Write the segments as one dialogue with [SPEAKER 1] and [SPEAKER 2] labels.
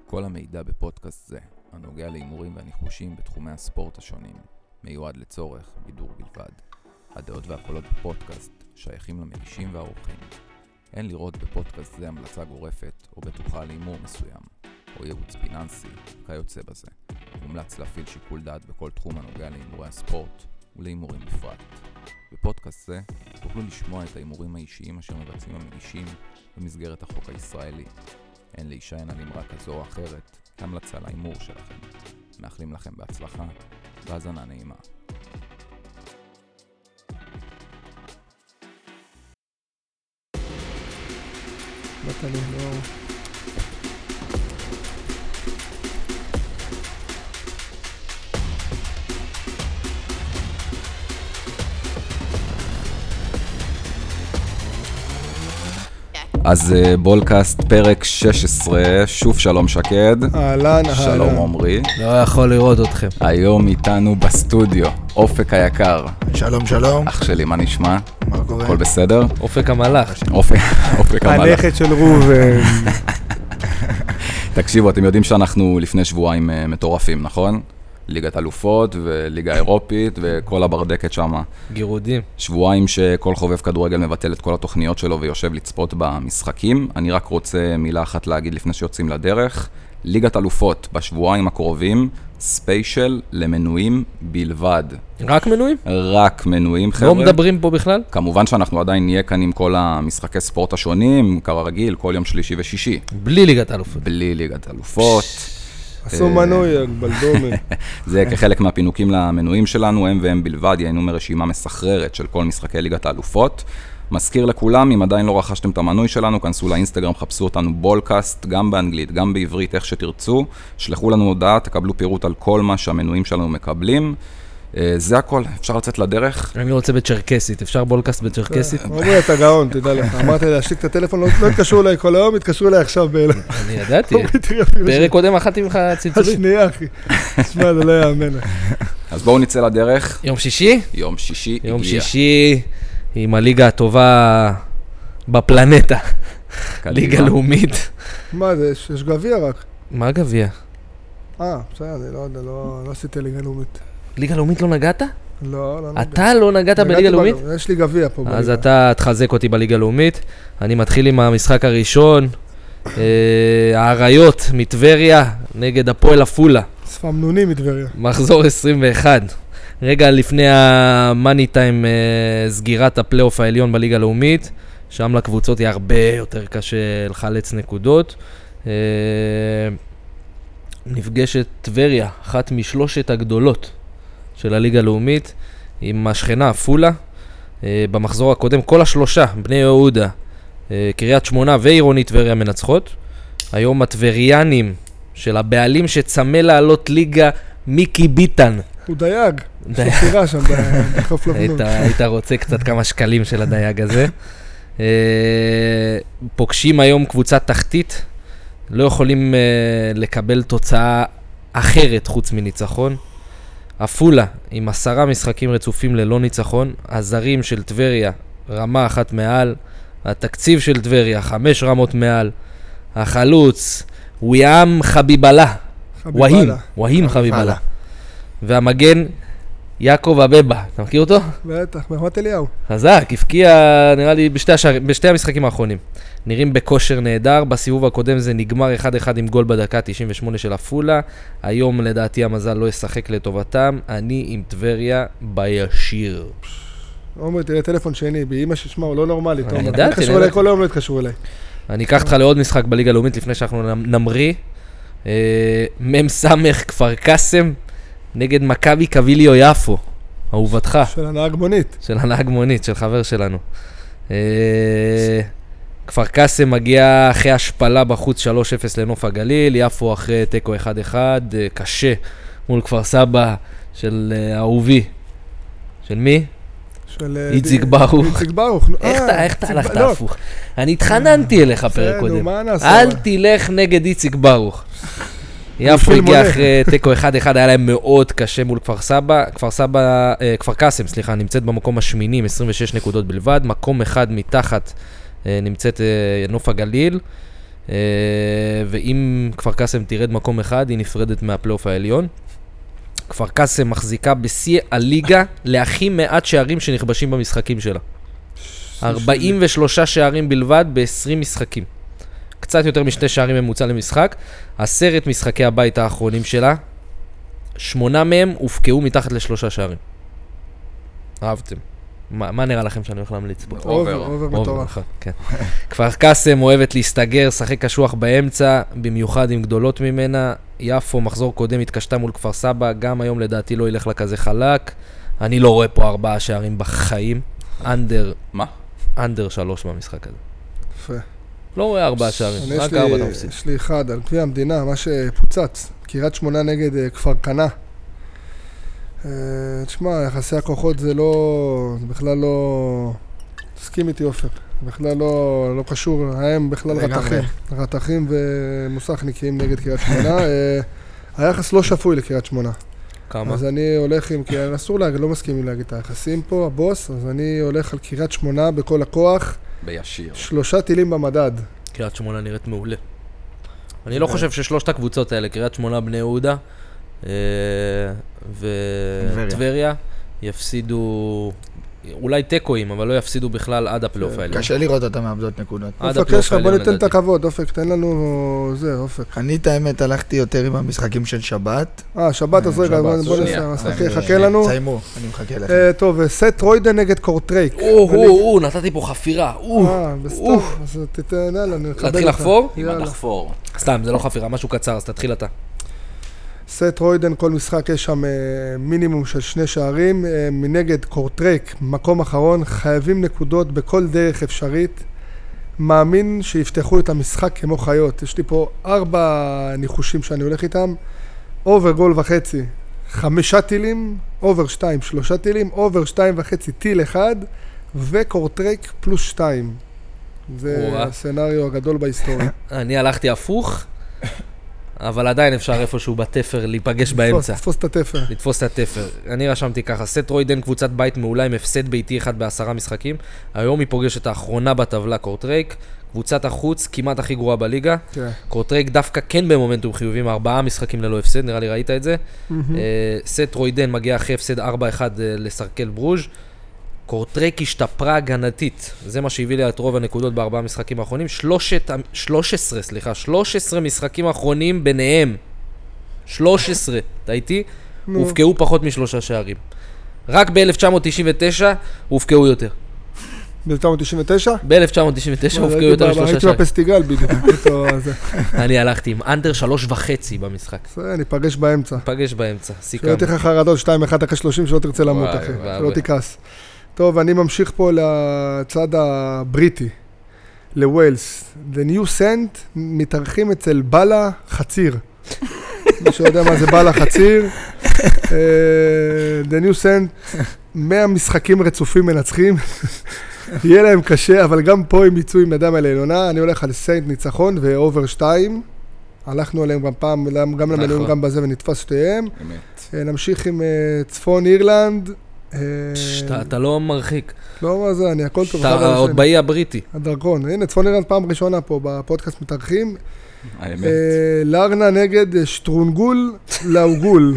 [SPEAKER 1] כל המידע בפודקאסט זה, הנוגע להימורים והניחושים בתחומי הספורט השונים, מיועד לצורך בידור בלבד. הדעות והקולות בפודקאסט שייכים למגישים והאורחים. אין לראות בפודקאסט זה המלצה גורפת או בטוחה להימור מסוים, או ייעוץ פיננסי, כיוצא בזה. מומלץ להפעיל שיקול דעת בכל תחום הנוגע להימורי הספורט ולהימורים בפרט. בפודקאסט זה תוכלו לשמוע את ההימורים האישיים אשר מבצעים המגישים במסגרת החוק הישראלי. אין להישען על אמרה כזו או אחרת כהמלצה להימור שלכם. מאחלים לכם בהצלחה והאזנה נעימה. אז בולקאסט פרק 16, שוב שלום שקד.
[SPEAKER 2] אהלן,
[SPEAKER 1] שלום עומרי.
[SPEAKER 3] לא יכול לראות אתכם.
[SPEAKER 1] היום איתנו בסטודיו, אופק היקר.
[SPEAKER 2] שלום, שלום.
[SPEAKER 1] אח שלי, מה נשמע?
[SPEAKER 2] מה קורה?
[SPEAKER 1] הכל בסדר?
[SPEAKER 3] אופק המלאך.
[SPEAKER 1] אופק המלאך.
[SPEAKER 2] הנכד של ראובן.
[SPEAKER 1] תקשיבו, אתם יודעים שאנחנו לפני שבועיים מטורפים, נכון? ליגת אלופות וליגה אירופית וכל הברדקת שם.
[SPEAKER 3] גירודים.
[SPEAKER 1] שבועיים שכל חובב כדורגל מבטל את כל התוכניות שלו ויושב לצפות במשחקים. אני רק רוצה מילה אחת להגיד לפני שיוצאים לדרך. ליגת אלופות בשבועיים הקרובים, ספיישל למנויים בלבד.
[SPEAKER 3] רק מנויים?
[SPEAKER 1] רק מנויים, חבר'ה.
[SPEAKER 3] לא מדברים פה בכלל?
[SPEAKER 1] כמובן שאנחנו עדיין נהיה כאן עם כל המשחקי ספורט השונים, כרגיל, כל יום שלישי ושישי.
[SPEAKER 3] בלי ליגת אלופות.
[SPEAKER 1] בלי ליגת אלופות.
[SPEAKER 2] עשו מנוי, בלדומי.
[SPEAKER 1] זה כחלק מהפינוקים למנויים שלנו, הם והם בלבד, ייהנו מרשימה מסחררת של כל משחקי ליגת האלופות. מזכיר לכולם, אם עדיין לא רכשתם את המנוי שלנו, כנסו לאינסטגרם, חפשו אותנו בולקאסט, גם באנגלית, גם בעברית, איך שתרצו. שלחו לנו הודעה, תקבלו פירוט על כל מה שהמנויים שלנו מקבלים. זה הכל, אפשר לצאת לדרך.
[SPEAKER 3] אני רוצה בצ'רקסית, אפשר בולקאסט בצ'רקסית?
[SPEAKER 2] אומרי, אתה גאון, תדע לך. אמרתי להשתיק את הטלפון, לא התקשרו אליי כל היום, התקשרו אליי עכשיו באלה.
[SPEAKER 3] אני ידעתי. פרק קודם אחת ממך צלצולים.
[SPEAKER 2] השנייה, אחי. תשמע, זה לא יאמן.
[SPEAKER 1] אז בואו נצא לדרך.
[SPEAKER 3] יום שישי?
[SPEAKER 1] יום שישי הגיע.
[SPEAKER 3] יום שישי עם הליגה הטובה בפלנטה. ליגה לאומית.
[SPEAKER 2] מה זה, יש גביע רק.
[SPEAKER 3] מה גביע?
[SPEAKER 2] בסדר, אני לא יודע, לא עשיתי ליגה לאומית.
[SPEAKER 3] ליגה לאומית לא נגעת?
[SPEAKER 2] לא נגעת.
[SPEAKER 3] אתה לא נגעת בליגה לאומית?
[SPEAKER 2] יש לי גביע פה בליגה.
[SPEAKER 3] אז אתה תחזק אותי בליגה לאומית. אני מתחיל עם המשחק הראשון. האריות מטבריה נגד הפועל עפולה.
[SPEAKER 2] ספמנונים מטבריה.
[SPEAKER 3] מחזור 21. רגע לפני המאני טיים, סגירת הפלייאוף העליון בליגה לאומית. שם לקבוצות יהיה הרבה יותר קשה לחלץ נקודות. נפגשת טבריה, אחת משלושת הגדולות של הליגה הלאומית, עם השכנה עפולה. במחזור הקודם כל השלושה, בני יהודה, קריית שמונה ועירוני טבריה מנצחות. היום הטבריאנים של הבעלים שצמא לעלות ליגה, מיקי ביטן.
[SPEAKER 2] הוא דייג, שפירה שם בחוף לבנון.
[SPEAKER 3] היית רוצה קצת כמה שקלים של הדייג הזה. פוגשים היום קבוצת תחתית, לא יכולים לקבל תוצאה אחרת חוץ מניצחון. עפולה עם 10 משחקים רצופים ללא ניצחון, הזרים של טבריה רמה אחת מעל, התקציב של טבריה 5 רמות מעל, החלוץ וויאם חביבלה, ווהים חביבלה, והמגן יעקב אבבה, אתה מכיר אותו?
[SPEAKER 2] בטח, מחמת אליהו.
[SPEAKER 3] חזק, הפקיע נראה לי בשתי המשחקים האחרונים. נראים בכושר נהדר, בסיבוב הקודם זה נגמר 1-1 עם גול בדקה 98 של עפולה. היום לדעתי המזל לא ישחק לטובתם, אני עם טבריה בישיר.
[SPEAKER 2] עומר, תראה טלפון שני, באמא ששמע, הוא לא נורמלי.
[SPEAKER 3] אני ידעתי.
[SPEAKER 2] התקשרו אליי כל היום, לא התקשרו אליי.
[SPEAKER 3] אני אקח אותך לעוד משחק בליגה הלאומית לפני שאנחנו נמריא. מם סמך כפר קאסם נגד מכבי קביליו יפו, אהובתך.
[SPEAKER 2] של הנהג מונית.
[SPEAKER 3] של הנהג מונית, של חבר שלנו. כפר קאסם מגיע אחרי השפלה בחוץ 3-0 לנוף הגליל, יפו אחרי טקו 1-1, קשה מול כפר סבא של אהובי. של מי?
[SPEAKER 2] של
[SPEAKER 3] איציק ברוך.
[SPEAKER 2] איציק ברוך.
[SPEAKER 3] איך אתה הלכת הפוך? אני התחננתי אליך פרק קודם. אל תלך נגד איציק ברוך. יפו הגיע אחרי טקו 1-1, היה להם מאוד קשה מול כפר קאסם, נמצאת במקום השמיני עם 26 נקודות בלבד, מקום אחד מתחת נמצאת נוף הגליל, ואם כפר קאסם תירד מקום אחד, היא נפרדת מהפלייאוף העליון. כפר קאסם מחזיקה בשיא הליגה להכי מעט שערים שנכבשים במשחקים שלה. 43 שערים בלבד ב-20 משחקים. קצת יותר משני שערים ממוצע למשחק. 10 משחקי הבית האחרונים שלה, 8 מהם הופקעו מתחת ל3 שערים. אהבתם. מה נראה לכם שאני הולך להמליץ פה?
[SPEAKER 2] אובר מטורף.
[SPEAKER 3] כן. כפר קאסם אוהבת להסתגר, שחק קשוח באמצע, במיוחד עם גדולות ממנה. יפו, מחזור קודם, התקשתה מול כפר סבא, גם היום לדעתי לא ילך לה כזה חלק. אני לא רואה פה 4 שערים בחיים. אנדר 3 במשחק הזה.
[SPEAKER 2] יפה.
[SPEAKER 3] לא רואה 4 שערים, רק 4 אתה מפסיד.
[SPEAKER 2] יש לי אחד, על גביע המדינה, מה שפוצץ. קריית שמונה נגד כפר כנא. תשמע, יחסי הכוחות זה בכלל לא... תסכים איתי אופק. בכלל לא קשור, הם בכלל רתחים ומוסכניקים נגד קריית שמונה. היחס לא שפוי לקריית שמונה.
[SPEAKER 3] כמה?
[SPEAKER 2] אז אני הולך עם, כי אסור להגיד, לא מסכימים להגיד את היחסים פה, הבוס, אז אני הולך על קריית שמונה בכל הכוח.
[SPEAKER 1] בישיר.
[SPEAKER 2] 3 טילים במדד.
[SPEAKER 3] קריית שמונה נראית מעולה. אני לא חושב ששלושת הקבוצות האלה, קריית שמונה, בני יהודה וטבריה, יפסידו, אולי טקואים, אבל לא יפסידו בכלל עד הפלייאוף העליון.
[SPEAKER 4] קשה לראות אותם מאבדות נקודות.
[SPEAKER 2] אופק, יש לך, בוא ניתן את הכבוד, אופק, תן לנו זה, אופק.
[SPEAKER 4] אני את האמת הלכתי יותר עם המשחקים של שבת.
[SPEAKER 2] שבת, אז רגע, בוא נסיים, חכה לנו.
[SPEAKER 4] תסיימו, אני מחכה לכם.
[SPEAKER 2] טוב, סט רוידן נגד קורטרייק.
[SPEAKER 3] נתתי פה חפירה.
[SPEAKER 2] בסטוב, אז תתן, יאללה, נכבד
[SPEAKER 3] להתחיל לחפור?
[SPEAKER 1] לחפור.
[SPEAKER 3] סתם, זה לא חפירה, משהו קצר, אז תתחיל אתה.
[SPEAKER 2] סט רוידן, כל משחק יש שם מינימום של 2 שערים, מנגד קורטרייק, מקום אחרון, חייבים נקודות בכל דרך אפשרית, מאמין שיפתחו את המשחק כמו חיות. יש לי פה 4 ניחושים שאני הולך איתם, אובר גול וחצי, 5 טילים, אובר 2, 3 טילים, אובר 2.5 טיל 1, וקורטרייק פלוס 2. זה הסצנריו הגדול בהיסטוריה.
[SPEAKER 3] אני הלכתי הפוך. אבל עדיין אפשר איפשהו בתפר להיפגש באמצע.
[SPEAKER 2] לתפוס את התפר.
[SPEAKER 3] לתפוס את התפר. אני רשמתי ככה, סט רוידן קבוצת בית מעולה עם הפסד ביתי אחד ב10 משחקים. היום היא פוגשת האחרונה בטבלה קורטרייק. קבוצת החוץ כמעט הכי גרועה בליגה. קורטרייק דווקא כן במומנטום חיובים, 4 משחקים ללא הפסד, נראה לי ראית את זה. סט רוידן מגיע אחרי הפסד 4-1 לסרקל ברוז'. קורטרייק השתפרה הגנתית, זה מה שהביא לי את רוב הנקודות ב4 משחקים האחרונים, 13 משחקים האחרונים ביניהם, 13, אתה איתי? הופקעו פחות מ3 שערים. רק ב-1999 הופקעו יותר.
[SPEAKER 2] ב-1999?
[SPEAKER 3] ב-1999 הופקעו יותר מ3 שערים.
[SPEAKER 2] הייתי בפסטיגל בדיוק.
[SPEAKER 3] אני הלכתי עם אנדר 3.5 במשחק.
[SPEAKER 2] זה, אני פגש באמצע.
[SPEAKER 3] פגש באמצע, סיכם.
[SPEAKER 2] שלא תהיה לך חרדות 2-1 אחרי 30 שלא תרצה למות אחי, שלא תיכעס. טוב, אני ממשיך פה לצד הבריטי, לווילס. The New Saint מתארחים אצל בלה חציר. מי שיודע מה זה בלה חציר. The New Saint, 100 משחקים רצופים מנצחים. יהיה להם קשה, אבל גם פה הם יצאו עם ידם על העליונה. אני הולך על סיינט ניצחון ואובר 2. הלכנו עליהם גם פעם, גם למילואים גם בזה ונתפס שתיהם. נמשיך עם צפון אירלנד.
[SPEAKER 3] אתה לא מרחיק.
[SPEAKER 2] לא מה זה, אני הכל טוב.
[SPEAKER 3] אתה עוד באי הבריטי.
[SPEAKER 2] הדרכון. הנה, צפון אירלנד פעם ראשונה פה בפודקאסט מתארחים. לרנה נגד שטרונגול לאוגול.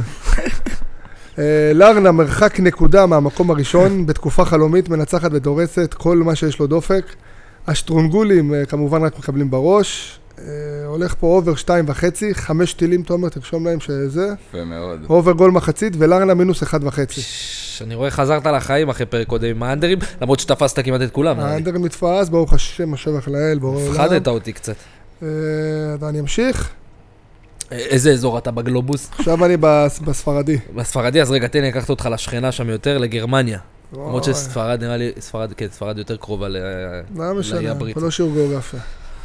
[SPEAKER 2] לרנה מרחק נקודה מהמקום הראשון, בתקופה חלומית מנצחת ודורסת כל מה שיש לו דופק. השטרונגולים כמובן רק מקבלים בראש. הולך פה אובר 2.5, 5 טילים, תומר, תרשום להם שזה.
[SPEAKER 1] יפה מאוד.
[SPEAKER 2] אובר גול מחצית, ולרנה מינוס 1.5.
[SPEAKER 3] אני רואה חזרת לחיים אחרי פרק קודם עם האנדרים, למרות שתפסת כמעט את כולם.
[SPEAKER 2] האנדרים נתפס, ברוך השם, השבח לאל, ברוך העולם.
[SPEAKER 3] הפחדת אותי קצת.
[SPEAKER 2] אני אמשיך.
[SPEAKER 3] איזה אזור אתה בגלובוס?
[SPEAKER 2] עכשיו אני בספרדי.
[SPEAKER 3] בספרדי, אז רגע, תן לי לקחת אותך לשכנה שם יותר, לגרמניה. למרות שספרד, נראה לי, ספרד יותר קרובה
[SPEAKER 2] לא משנה, לא שיעור גיאוגרפיה.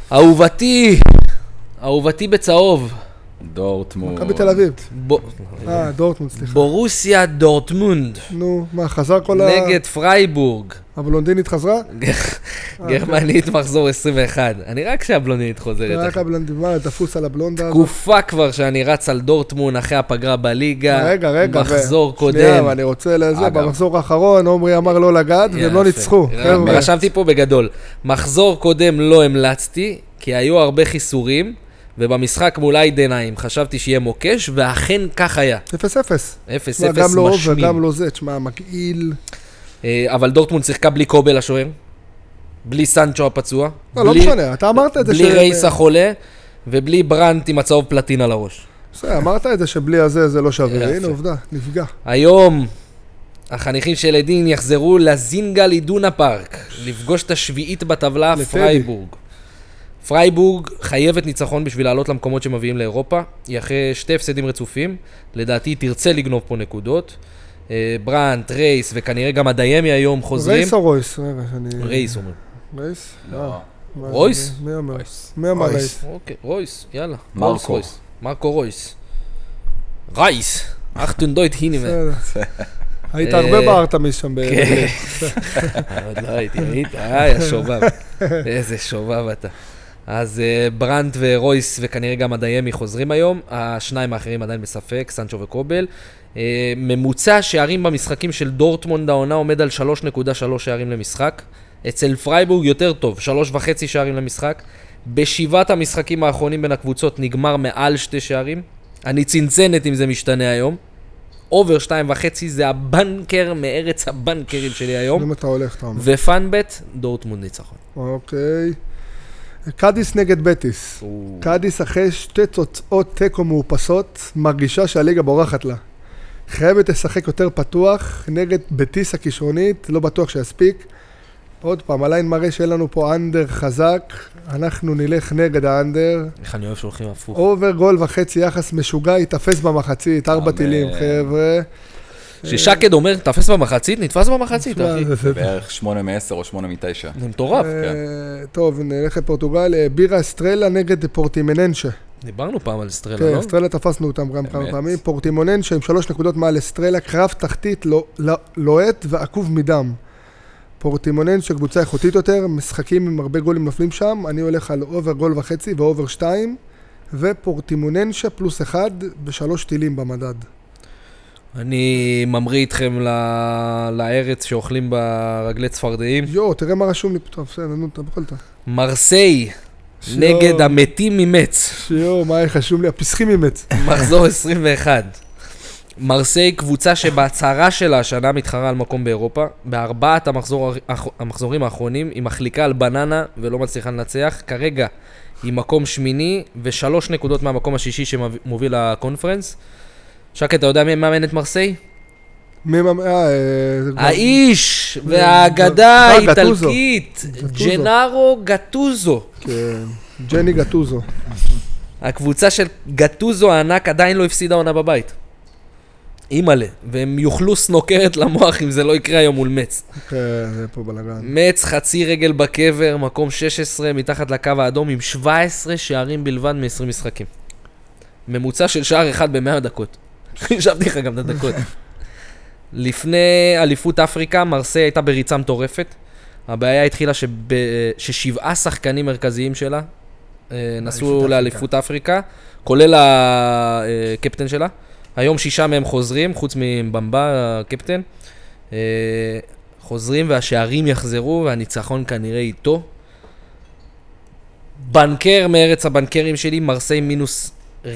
[SPEAKER 3] אהובתי בצהוב.
[SPEAKER 1] דורטמונד.
[SPEAKER 2] מכבי תל אביב. דורטמונד, סליחה.
[SPEAKER 3] בורוסיה דורטמונד.
[SPEAKER 2] נו, מה, חזר כל
[SPEAKER 3] נגד פרייבורג.
[SPEAKER 2] הבלונדינית חזרה?
[SPEAKER 3] גרמנית מחזור 21. אני רק שהבלונדינית חוזרת.
[SPEAKER 2] רק הבלונדינית, מה, תפוס על הבלונדה.
[SPEAKER 3] תקופה כבר שאני רץ על דורטמונד אחרי הפגרה בליגה.
[SPEAKER 2] רגע.
[SPEAKER 3] מחזור קודם.
[SPEAKER 2] שנייה, אני רוצה לזה, במחזור האחרון, עומרי אמר לא לגעת, והם לא ניצחו.
[SPEAKER 3] רשמתי פה בגדול. מחזור קודם לא המלצתי, כי היו הרבה חיסורים, ובמשחק מול איידנהיים חשבתי שיהיה מוקש, ואכן כך היה.
[SPEAKER 2] 0-0.
[SPEAKER 3] 0-0
[SPEAKER 2] גם לא
[SPEAKER 3] משמים.
[SPEAKER 2] וגם לא זה, תשמע, מגעיל.
[SPEAKER 3] אבל דורטמונד שיחקה בלי קובל השוער, בלי סנצ'ו הפצוע,
[SPEAKER 2] לא משנה, אתה אמרת את זה
[SPEAKER 3] בלי רייס החולה, ובלי ברנט עם הצהוב פלטין על הראש.
[SPEAKER 2] אמרת את זה שבלי הזה זה לא שווה,
[SPEAKER 3] יפה.
[SPEAKER 2] הנה עובדה, נפגע.
[SPEAKER 3] היום החניכים של עדין יחזרו לזינגל אידונה פארק, לפגוש את השביעית בטבלה,
[SPEAKER 2] לטדי.
[SPEAKER 3] פרייבורג. פרייבורג חייבת ניצחון בשביל לעלות למקומות שמביאים לאירופה, היא אחרי 2 הפסדים רצופים, לדעתי תרצה לגנוב פה נקודות. ברנט, רייס וכנראה גם הדיימי היום חוזרים.
[SPEAKER 2] רייס או רויס?
[SPEAKER 3] רייס אומרים.
[SPEAKER 2] רייס?
[SPEAKER 1] לא.
[SPEAKER 3] רויס?
[SPEAKER 2] מי אומר?
[SPEAKER 1] רויס.
[SPEAKER 2] מי אמר
[SPEAKER 4] רויס.
[SPEAKER 2] רייס?
[SPEAKER 3] אוקיי, רויס, יאללה.
[SPEAKER 1] מרקו.
[SPEAKER 3] רויס, רויס. מרקו רויס. רייס. אכטון דויט הינימה.
[SPEAKER 2] בסדר. היית הרבה בארתמיס שם.
[SPEAKER 3] כן. עוד לא הייתי, ראית? יא שובב. איזה שובב אתה. אז ברנט ורויס וכנראה גם הדיימי חוזרים היום. השניים האחרים עדיין בספק, סנצ'ו וקובל. ממוצע שערים במשחקים של דורטמונד העונה עומד על 3.3 שערים למשחק. אצל פרייבורג יותר טוב, 3.5 שערים למשחק. בשבעת המשחקים האחרונים בין הקבוצות נגמר מעל 2 שערים. אני צנצנת אם זה משתנה היום. אובר 2.5 זה הבנקר מארץ הבנקרים שלי היום.
[SPEAKER 2] אם אתה הולך, אתה אומר.
[SPEAKER 3] ופאנבט, דורטמונד ניצחון.
[SPEAKER 2] אוקיי. קאדיס נגד בטיס. קאדיס אחרי 2 תוצאות תיקו מאופסות, מרגישה שהליגה בורחת לה. חייבת לשחק יותר פתוח, נגד בטיס הכישרונית, לא בטוח שיספיק. עוד פעם, הליין מראה שאין לנו פה אנדר חזק, אנחנו נלך נגד האנדר.
[SPEAKER 3] איך אני אוהב שהולכים הפוך.
[SPEAKER 2] אובר גול וחצי יחס משוגע, יתפס במחצית, 4 טילים, חבר'ה.
[SPEAKER 3] ששקד אומר, תפס במחצית, נתפס במחצית, אחי.
[SPEAKER 2] זה
[SPEAKER 1] בערך 8 מ-10 או 8 מ-9.
[SPEAKER 3] זה מטורף.
[SPEAKER 2] טוב, נלך לפורטוגל, בירה אסטרלה נגד פורטימננשה.
[SPEAKER 3] דיברנו פעם על אסטרלה,
[SPEAKER 2] כן,
[SPEAKER 3] לא?
[SPEAKER 2] אסטרלה תפסנו אותם גם כמה פעמים. פורטימוננשה עם 3 נקודות מעל אסטרלה, קרב תחתית לוהט ועקוב מדם. פורטימוננשה קבוצה איכותית יותר, משחקים עם הרבה גולים נופלים שם, אני הולך על אובר גול וחצי ואובר 2, ופורטימוננשה +1 ב3 טילים במדד.
[SPEAKER 3] אני ממריא איתכם לארץ שאוכלים ברגלי צפרדעים.
[SPEAKER 2] תראה מה רשום לי, טוב, בסדר, נו, אתה בכל זאת.
[SPEAKER 3] מרסיי נגד המתים ממץ.
[SPEAKER 2] מה היה חשוב לי? הפסחים ממץ.
[SPEAKER 3] מחזור 21. מרסיי קבוצה שבהצהרה שלה השנה מתחרה על מקום באירופה. בארבעת המחזורים האחרונים היא מחליקה על בננה ולא מצליחה לנצח. כרגע היא מקום שמיני ו3 נקודות מהמקום השישי שמוביל לקונפרנס. שקט, אתה יודע מי מאמן את מרסיי? האיש והאגדה האיטלקית, ג'נארו גטוזו.
[SPEAKER 2] כן, ג'ני גטוזו.
[SPEAKER 3] הקבוצה של גטוזו הענק עדיין לא הפסידה עונה בבית. אימאלה, והם יוכלו סנוקרת למוח אם זה לא יקרה היום מול מצ.
[SPEAKER 2] כן, זה פה בלגן.
[SPEAKER 3] מצ חצי רגל בקבר, מקום 16 מתחת לקו האדום עם 17 שערים בלבד מ-20 משחקים. ממוצע של שער אחד ב-100 דקות. חשבתי לך גם את הדקות. לפני אליפות אפריקה, מרסיי הייתה בריצה מטורפת. הבעיה התחילה ש7 שחקנים מרכזיים שלה נסעו לאליפות אפריקה, כולל הקפטן שלה. היום 6 מהם חוזרים, חוץ מבמבה, הקפטן. חוזרים והשערים יחזרו, והניצחון כנראה איתו. בנקר מארץ הבנקרים שלי, מרסיי -1/4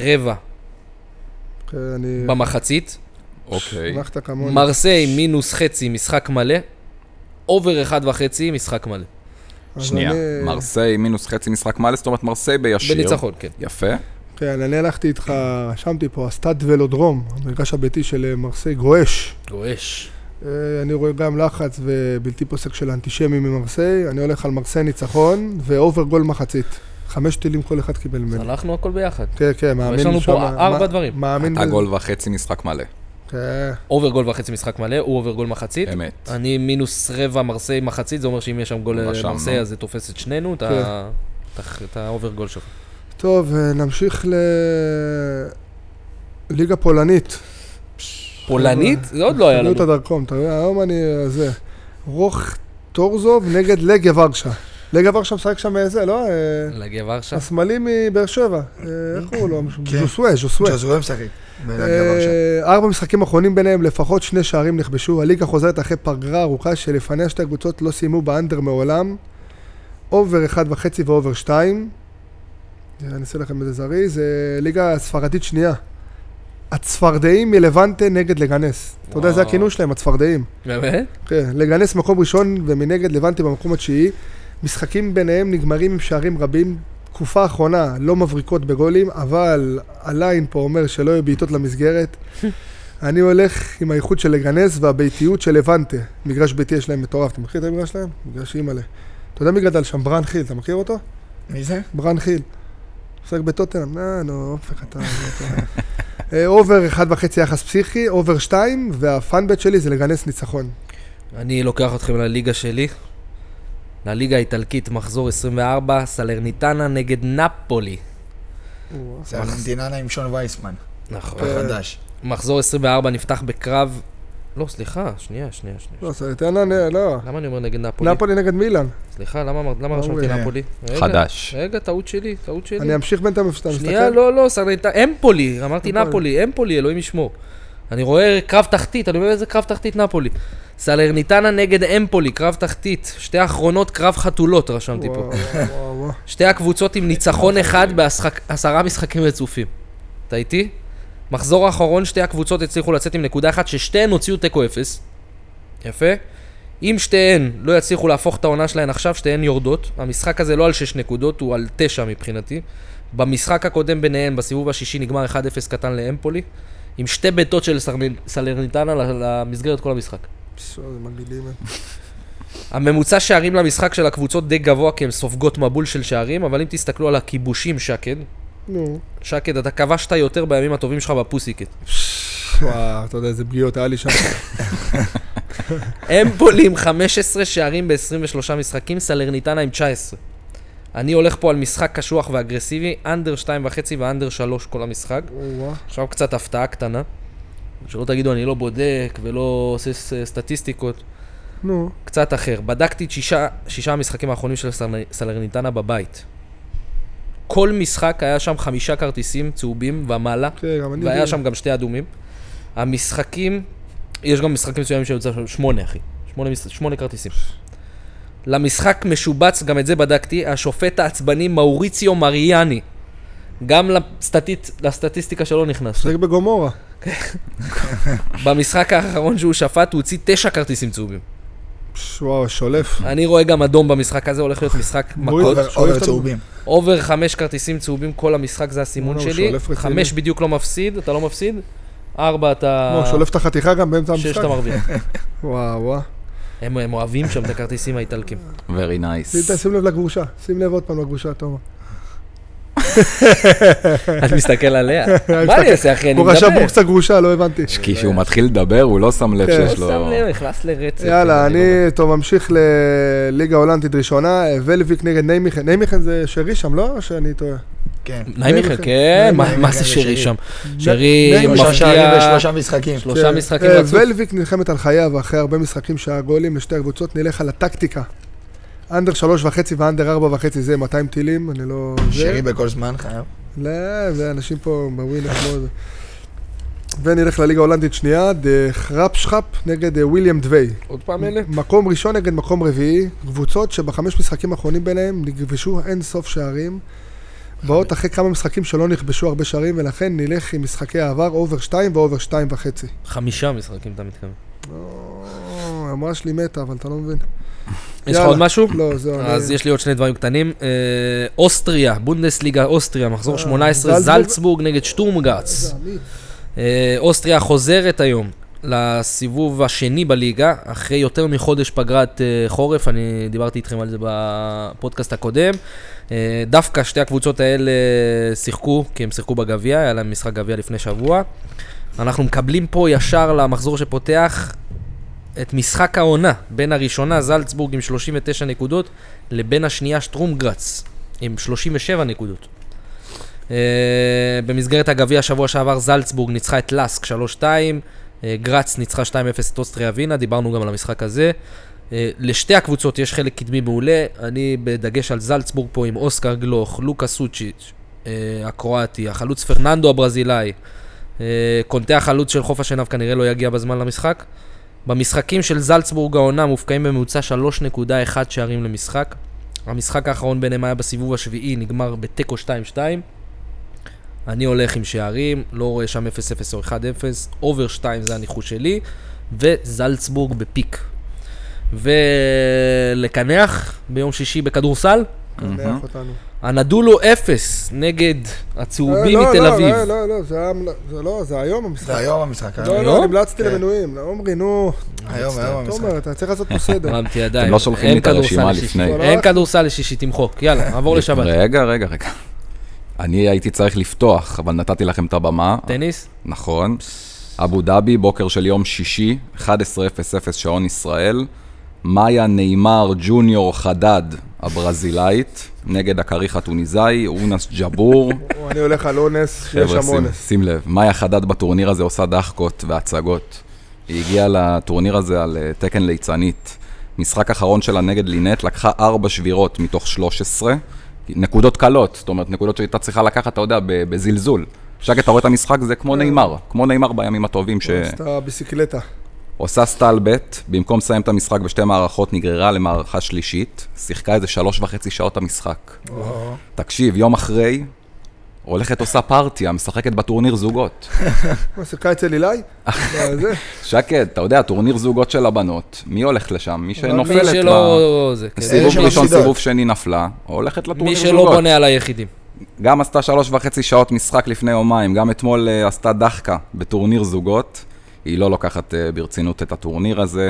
[SPEAKER 3] במחצית.
[SPEAKER 1] אוקיי.
[SPEAKER 3] מרסיי -0.5 משחק מלא. אובר 1.5 משחק מלא.
[SPEAKER 1] שנייה, מרסיי -0.5 משחק מלא, זאת אומרת מרסיי בישיר.
[SPEAKER 3] בניצחון, כן.
[SPEAKER 1] יפה.
[SPEAKER 2] כן, אני הלכתי איתך, רשמתי פה, הסטאד ולודרום, המרגש הביתי של מרסיי גואש.
[SPEAKER 3] גואש.
[SPEAKER 2] אני רואה גם לחץ ובלתי פוסק של האנטישמי ממרסיי, אני הולך על מרסיי ניצחון ואובר גול מחצית. 5 טילים כל אחד קיבל ממנו.
[SPEAKER 3] הלכנו הכל ביחד.
[SPEAKER 2] כן, כן, מאמין.
[SPEAKER 3] יש לנו פה 4 דברים.
[SPEAKER 2] מאמין.
[SPEAKER 1] אתה גול וחצי משחק מלא.
[SPEAKER 2] כן.
[SPEAKER 3] אובר גול וחצי משחק מלא, הוא אובר גול מחצית.
[SPEAKER 1] אמת.
[SPEAKER 3] אני -0.25 מרסיי מחצית, זה אומר שאם יש שם גול למרסיי אז זה תופס את שנינו, את האובר גול שלך.
[SPEAKER 2] טוב, נמשיך ליגה פולנית.
[SPEAKER 3] פולנית? זה עוד לא היה לנו.
[SPEAKER 2] את הדרכום, אתה יודע, היום אני זה. רוח טורזוב נגד לגיה ורשה. לגיה ורשה משחק שם איזה, לא?
[SPEAKER 3] לגיה ורשה?
[SPEAKER 2] השמאלי מבאר שבע. איך הוא לא? ז'וסווה.
[SPEAKER 4] ז'וסווה משחק.
[SPEAKER 2] 4 משחקים אחרונים ביניהם, לפחות 2 שערים נכבשו. הליגה חוזרת אחרי פגרה ארוכה שלפניה 2 הקבוצות לא סיימו באנדר מעולם. אובר 1.5 ואובר 2. אני אעשה לכם את זה זריז, זה ליגה ספרדית שנייה. הצפרדעים מלוונטה נגד לגנס. אתה יודע, זה הכינוי שלהם, הצפרדעים.
[SPEAKER 3] באמת?
[SPEAKER 2] כן, לגנס מקום ראשון ומנגד לבנטה במקום התשיעי. משחקים ביניהם נגמרים עם שערים רבים. תקופה האחרונה לא מבריקות בגולים, אבל הליין פה אומר שלא יהיו בעיטות למסגרת. אני הולך עם האיכות של לגנס והביתיות של לבנטה. מגרש ביתי יש להם מטורף. אתה מכיר את המגרש שלהם? מגרש אימאלה. אתה יודע מי גדל שם? ברן חיל, אתה מכיר אותו?
[SPEAKER 4] מי זה?
[SPEAKER 2] ברן חיל. עוסק בטוטנהאם. אופק, אתה... אובר 1.5 יחס פסיכי, אובר 2, והפאנבט שלי זה לגנס ניצחון.
[SPEAKER 3] אני לוקח אתכם לליגה שלי. לליגה האיטלקית, מחזור 24, סלרניטנה נגד נפולי.
[SPEAKER 4] סלרניטנה עם שון וייסמן.
[SPEAKER 3] נכון.
[SPEAKER 4] חדש.
[SPEAKER 3] מחזור 24 נפתח בקרב... לא, סליחה, שנייה.
[SPEAKER 2] לא, סלרניטנה, לא.
[SPEAKER 3] למה אני אומר נגד נפולי?
[SPEAKER 2] נפולי נגד מילאן.
[SPEAKER 3] סליחה, למה רשמתי נפולי?
[SPEAKER 1] חדש.
[SPEAKER 3] רגע, טעות שלי.
[SPEAKER 2] אני אמשיך בינתיים מסתכל.
[SPEAKER 3] שנייה, לא, סלרניטנה, אמפולי, אמרתי נפולי, אמפולי, אלוהים ישמור. אני רואה קרב תחתית, אני אומר איזה קרב תחתית נפולי. סלרניטנה נגד אמפולי, קרב תחתית. שתי האחרונות, קרב חתולות, רשמתי פה. שתי הקבוצות עם ניצחון אחד ב10 משחקים רצופים. אתה איתי? מחזור האחרון, שתי הקבוצות הצליחו לצאת עם נקודה אחת, ששתיהן הוציאו תיקו 0. יפה. אם שתיהן לא יצליחו להפוך את העונה שלהן עכשיו, שתיהן יורדות. המשחק הזה לא על 6 נקודות, הוא על 9 מבחינתי. במשחק הקודם ביניהן, בסיבוב השישי, נגמר 1-0 קטן לאמפולי, עם שתי ביתות של סלרניטנה למסגרת כל המשחק.
[SPEAKER 2] זה מגעילים.
[SPEAKER 3] הממוצע שערים למשחק של הקבוצות די גבוה, כי הן סופגות מבול של שערים, אבל אם תסתכלו על הכיבושים שקד, שקד, אתה כבשת יותר בימים הטובים שלך בפוסיקט.
[SPEAKER 2] וואו, אתה יודע, איזה פגיעות היה לי שם.
[SPEAKER 3] אמפולי עם 15 שערים ב-23 משחקים, סלרניטנה עם 19. אני הולך פה על משחק קשוח ואגרסיבי, אנדר 2.5 ואנדר 3 כל המשחק. עכשיו קצת הפתעה קטנה. שלא תגידו, אני לא בודק ולא עושה סטטיסטיקות. קצת אחר. בדקתי את 6 המשחקים האחרונים של סלרניטנה בבית. כל משחק היה שם 5 כרטיסים צהובים ומעלה, והיה שם גם 2 אדומים. המשחקים, יש גם משחקים מסוימים שיוצא 8, אחי. 8 כרטיסים. למשחק משובץ, גם את זה בדקתי, השופט העצבני מאוריציו מריאני. גם לסטטיסטיקה שלו נכנס.
[SPEAKER 2] שחק בגומורה.
[SPEAKER 3] במשחק האחרון שהוא שפט, הוא הוציא 9 כרטיסים צהובים.
[SPEAKER 2] וואו, שולף.
[SPEAKER 3] אני רואה גם אדום במשחק הזה, הולך להיות משחק מכות.
[SPEAKER 4] אובר צהובים.
[SPEAKER 3] אובר 5 כרטיסים צהובים, כל המשחק זה הסימון שלי. 5 בדיוק לא מפסיד, אתה לא מפסיד. 4 אתה...
[SPEAKER 2] שולף את החתיכה גם באמצע המשחק.
[SPEAKER 3] 6 אתה מרוויח.
[SPEAKER 2] וואו.
[SPEAKER 3] הם אוהבים שם את הכרטיסים האיטלקים.
[SPEAKER 1] Very nice.
[SPEAKER 2] שים לב לגרושה. שים לב עוד פעם לגרושה, תומר.
[SPEAKER 3] אני מסתכל עליה. מה אני אעשה, אחי? אני
[SPEAKER 2] הוא רשם בוקס הגרושה, לא הבנתי.
[SPEAKER 1] כי כשהוא מתחיל לדבר, הוא לא שם לב שיש לו...
[SPEAKER 3] שם לב, נכנס לרצף.
[SPEAKER 2] יאללה, אני ממשיך לליגה הולנדית ראשונה, ולוויק נגד ניימיכן. ניימיכן זה שרי שם, לא? או שאני טועה?
[SPEAKER 4] כן.
[SPEAKER 3] ניימיכן, כן. מה זה שרי שם? שרי
[SPEAKER 4] מפתיע... 3 משחקים.
[SPEAKER 3] 3 משחקים רצוף.
[SPEAKER 2] ולוויק נלחמת על חיה, ואחרי הרבה משחקים שהגולים לשתי הקבוצות, נלך על הטקטיקה. אנדר 3.5 ואנדר 4.5 זה 200 טילים, אני לא...
[SPEAKER 4] שרי בכל זמן חייב.
[SPEAKER 2] לא, ואנשים פה בווינר מאוד. ונלך לליגה ההולנדית שנייה, חרפשחפ נגד וויליאם דווי.
[SPEAKER 3] עוד פעם אלה?
[SPEAKER 2] מקום ראשון נגד מקום רביעי, קבוצות שב5 משחקים האחרונים ביניהם נכבשו אין סוף שערים. באות אחרי כמה משחקים שלא נכבשו הרבה שערים, ולכן נלך עם משחקי העבר, אובר 2 ואובר 2.5.
[SPEAKER 3] 5 משחקים אתה מתכוון.
[SPEAKER 2] ממש לי מתה, אבל אתה לא מבין.
[SPEAKER 3] יש לך עוד משהו?
[SPEAKER 2] לא, זהו.
[SPEAKER 3] אז יש לי עוד 2 דברים קטנים. אוסטריה, בונדסליגה אוסטריה, מחזור 18, זלצבורג נגד שטורמגרץ. אוסטריה חוזרת היום לסיבוב השני בליגה, אחרי יותר מחודש פגרת חורף, אני דיברתי איתכם על זה בפודקאסט הקודם. דווקא שתי הקבוצות האלה שיחקו, כי הם שיחקו בגביע, היה להם משחק גביע לפני שבוע. אנחנו מקבלים פה ישר למחזור שפותח את משחק העונה, בין הראשונה זלצבורג עם 39 נקודות, לבין השנייה שטרומגרץ עם 37 נקודות. במסגרת הגביע השבוע שעבר זלצבורג ניצחה את לסק 3-2, גרץ ניצחה 2-0 את אוסטריה ווינה, דיברנו גם על המשחק הזה. לשתי הקבוצות יש חלק קדמי מעולה, אני בדגש על זלצבורג פה עם אוסקר גלוך, לוקה סוצ'יץ' הקרואטי, החלוץ פרננדו הברזילאי, קונטה החלוץ של חוף השנהב כנראה לא יגיע בזמן למשחק. במשחקים של זלצבורג העונה מופקעים בממוצע 3.1 שערים למשחק, המשחק האחרון ביניהם היה בסיבוב השביעי, נגמר בתיקו 2-2. אני הולך עם שערים, לא רואה שם 0-0 או 1-0, אובר 2 זה הניחוש שלי, וזלצבורג בפיק. ולקנח ביום שישי בכדורסל,
[SPEAKER 2] קנח אותנו.
[SPEAKER 3] הנדולו 0 נגד הצהובים מתל אביב.
[SPEAKER 2] לא, זה היום המשחק.
[SPEAKER 4] זה היום המשחק.
[SPEAKER 2] לא, נמלצתי למנויים. עומרי, נו.
[SPEAKER 4] היום המשחק.
[SPEAKER 2] תומר, אתה צריך לעשות פה סדר.
[SPEAKER 3] רמתי ידיים.
[SPEAKER 1] אתם לא שולחים לי את הרשימה לפני.
[SPEAKER 3] אין כדורסל לשישי, תמחוק. יאללה, עבור לשבת.
[SPEAKER 1] רגע. אני הייתי צריך לפתוח, אבל נתתי לכם את הבמה.
[SPEAKER 3] טניס?
[SPEAKER 1] נכון. אבו דאבי, בוקר של יום שישי, 11:00 שעון ישראל. מאיה ניימר ג'וניור חדד, הברזילאית, נגד הקריח הטוניזאי, אונס ג'בור.
[SPEAKER 2] אני הולך על אונס, שיש שם אונס.
[SPEAKER 1] שים לב, מאיה חדד בטורניר הזה עושה דחקות והצגות. היא הגיעה לטורניר הזה על תקן ליצנית. משחק אחרון שלה נגד לינט, לקחה 4 שבירות מתוך 13. נקודות קלות, זאת אומרת, נקודות שהייתה צריכה לקחת, אתה יודע, בזלזול. שקט, אתה רואה את המשחק, זה כמו ניימר. כמו ניימר בימים הטובים
[SPEAKER 2] עשתה ביסיקלטה.
[SPEAKER 1] עושה סטלבט, במקום לסיים את המשחק בשתי מערכות, נגררה למערכה שלישית, שיחקה איזה 3.5 שעות המשחק. תקשיב, יום אחרי, הולכת עושה פארטיה, משחקת בטורניר זוגות.
[SPEAKER 2] מה, שיחקה אצל אילי?
[SPEAKER 1] שקט, אתה יודע, טורניר זוגות של הבנות, מי הולך לשם? מי שנופלת
[SPEAKER 3] מי שלא...
[SPEAKER 1] סיבוב ראשון, סיבוב שני נפלה, הולכת לטורניר זוגות.
[SPEAKER 3] מי שלא בונה על היחידים.
[SPEAKER 1] גם עשתה 3.5 שעות משחק לפני יומיים, גם אתמול עשתה דחקה בטורניר זוגות. היא לא לוקחת ברצינות את הטורניר הזה.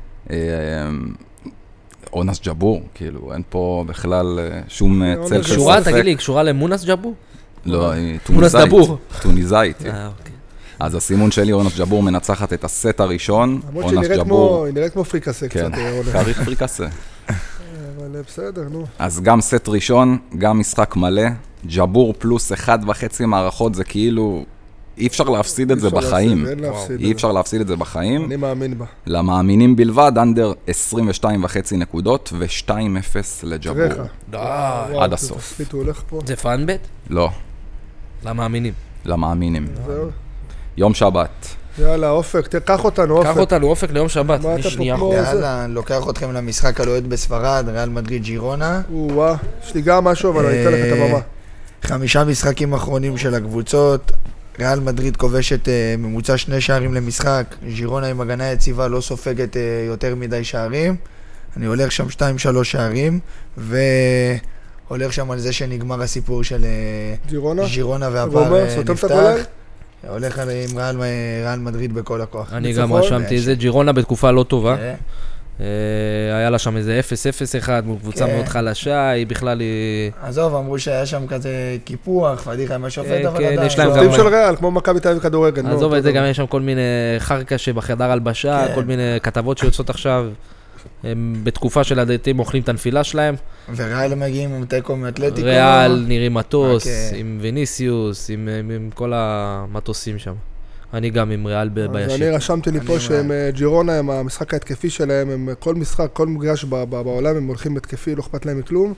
[SPEAKER 1] אונס ג'בור, כאילו, אין פה בכלל שום צל של
[SPEAKER 3] קשורה,
[SPEAKER 1] ספק.
[SPEAKER 3] תגיד לי, קשורה למונס ג'בור?
[SPEAKER 1] לא, היא
[SPEAKER 3] מונס דבור.
[SPEAKER 1] טוניזאית.
[SPEAKER 3] אוקיי.
[SPEAKER 1] אז הסימון שלי, אונס ג'בור מנצחת את הסט הראשון.
[SPEAKER 2] למרות שהיא נראית כמו פריקסה קצת.
[SPEAKER 1] כן, קריך פריקסה.
[SPEAKER 2] אבל בסדר, נו.
[SPEAKER 1] אז גם סט ראשון, גם משחק מלא. ג'בור פלוס 1.5 מערכות, זה כאילו... אי אפשר להפסיד את זה בחיים. אי אפשר להפסיד את זה בחיים.
[SPEAKER 2] אני מאמין בה.
[SPEAKER 1] למאמינים בלבד, אנדר 22.5 נקודות ו-2-0 לג'בור. עד הסוף.
[SPEAKER 3] זה פאנבט?
[SPEAKER 1] לא.
[SPEAKER 3] למאמינים.
[SPEAKER 1] למאמינים. יום שבת.
[SPEAKER 2] יאללה, אופק, תקח אותנו, אופק.
[SPEAKER 3] קח אותנו, אופק ליום שבת.
[SPEAKER 2] מה אתה פה כמו זה?
[SPEAKER 4] יאללה, לוקח אתכם למשחק הלוהט בספרד, ריאל מדריד ג'ירונה.
[SPEAKER 2] וואה, יש לי גם משהו, אבל אני אתן לך את הבמה.
[SPEAKER 4] 5 משחקים אחרונים של הקבוצות. ריאל מדריד כובשת ממוצע 2 שערים למשחק, ז'ירונה עם הגנה יציבה לא סופגת יותר מדי שערים. אני הולך שם 2-3 שערים, והולך שם על זה שנגמר הסיפור של ז'ירונה והפער נפתח. הולך עם ריאל מדריד בכל הכוח.
[SPEAKER 3] אני גם רשמתי את זה, ז'ירונה בתקופה לא טובה. היה לה שם איזה 0-0-1, קבוצה מאוד חלשה, היא בכלל...
[SPEAKER 4] עזוב, אמרו שהיה שם כזה קיפוח, פדיחה עם השופט, אבל עדיין.
[SPEAKER 2] שופטים של ריאל, כמו מכבי תל אביב כדורגל.
[SPEAKER 3] עזוב את זה, גם יש שם כל מיני חרקה שבחדר הלבשה, כל מיני כתבות שיוצאות עכשיו, בתקופה של הדתיים אוכלים את הנפילה שלהם.
[SPEAKER 4] וריאל מגיעים עם טקו מאתלטיקו.
[SPEAKER 3] ריאל נראים מטוס, עם ויניסיוס, עם כל המטוסים שם. אני גם עם ריאל בישיר.
[SPEAKER 2] אני רשמתי לי פה שהם ג'ירונה, עם המשחק ההתקפי שלהם, הם כל משחק, כל מגרש בעולם הם הולכים התקפי, לא אכפת להם מכלום.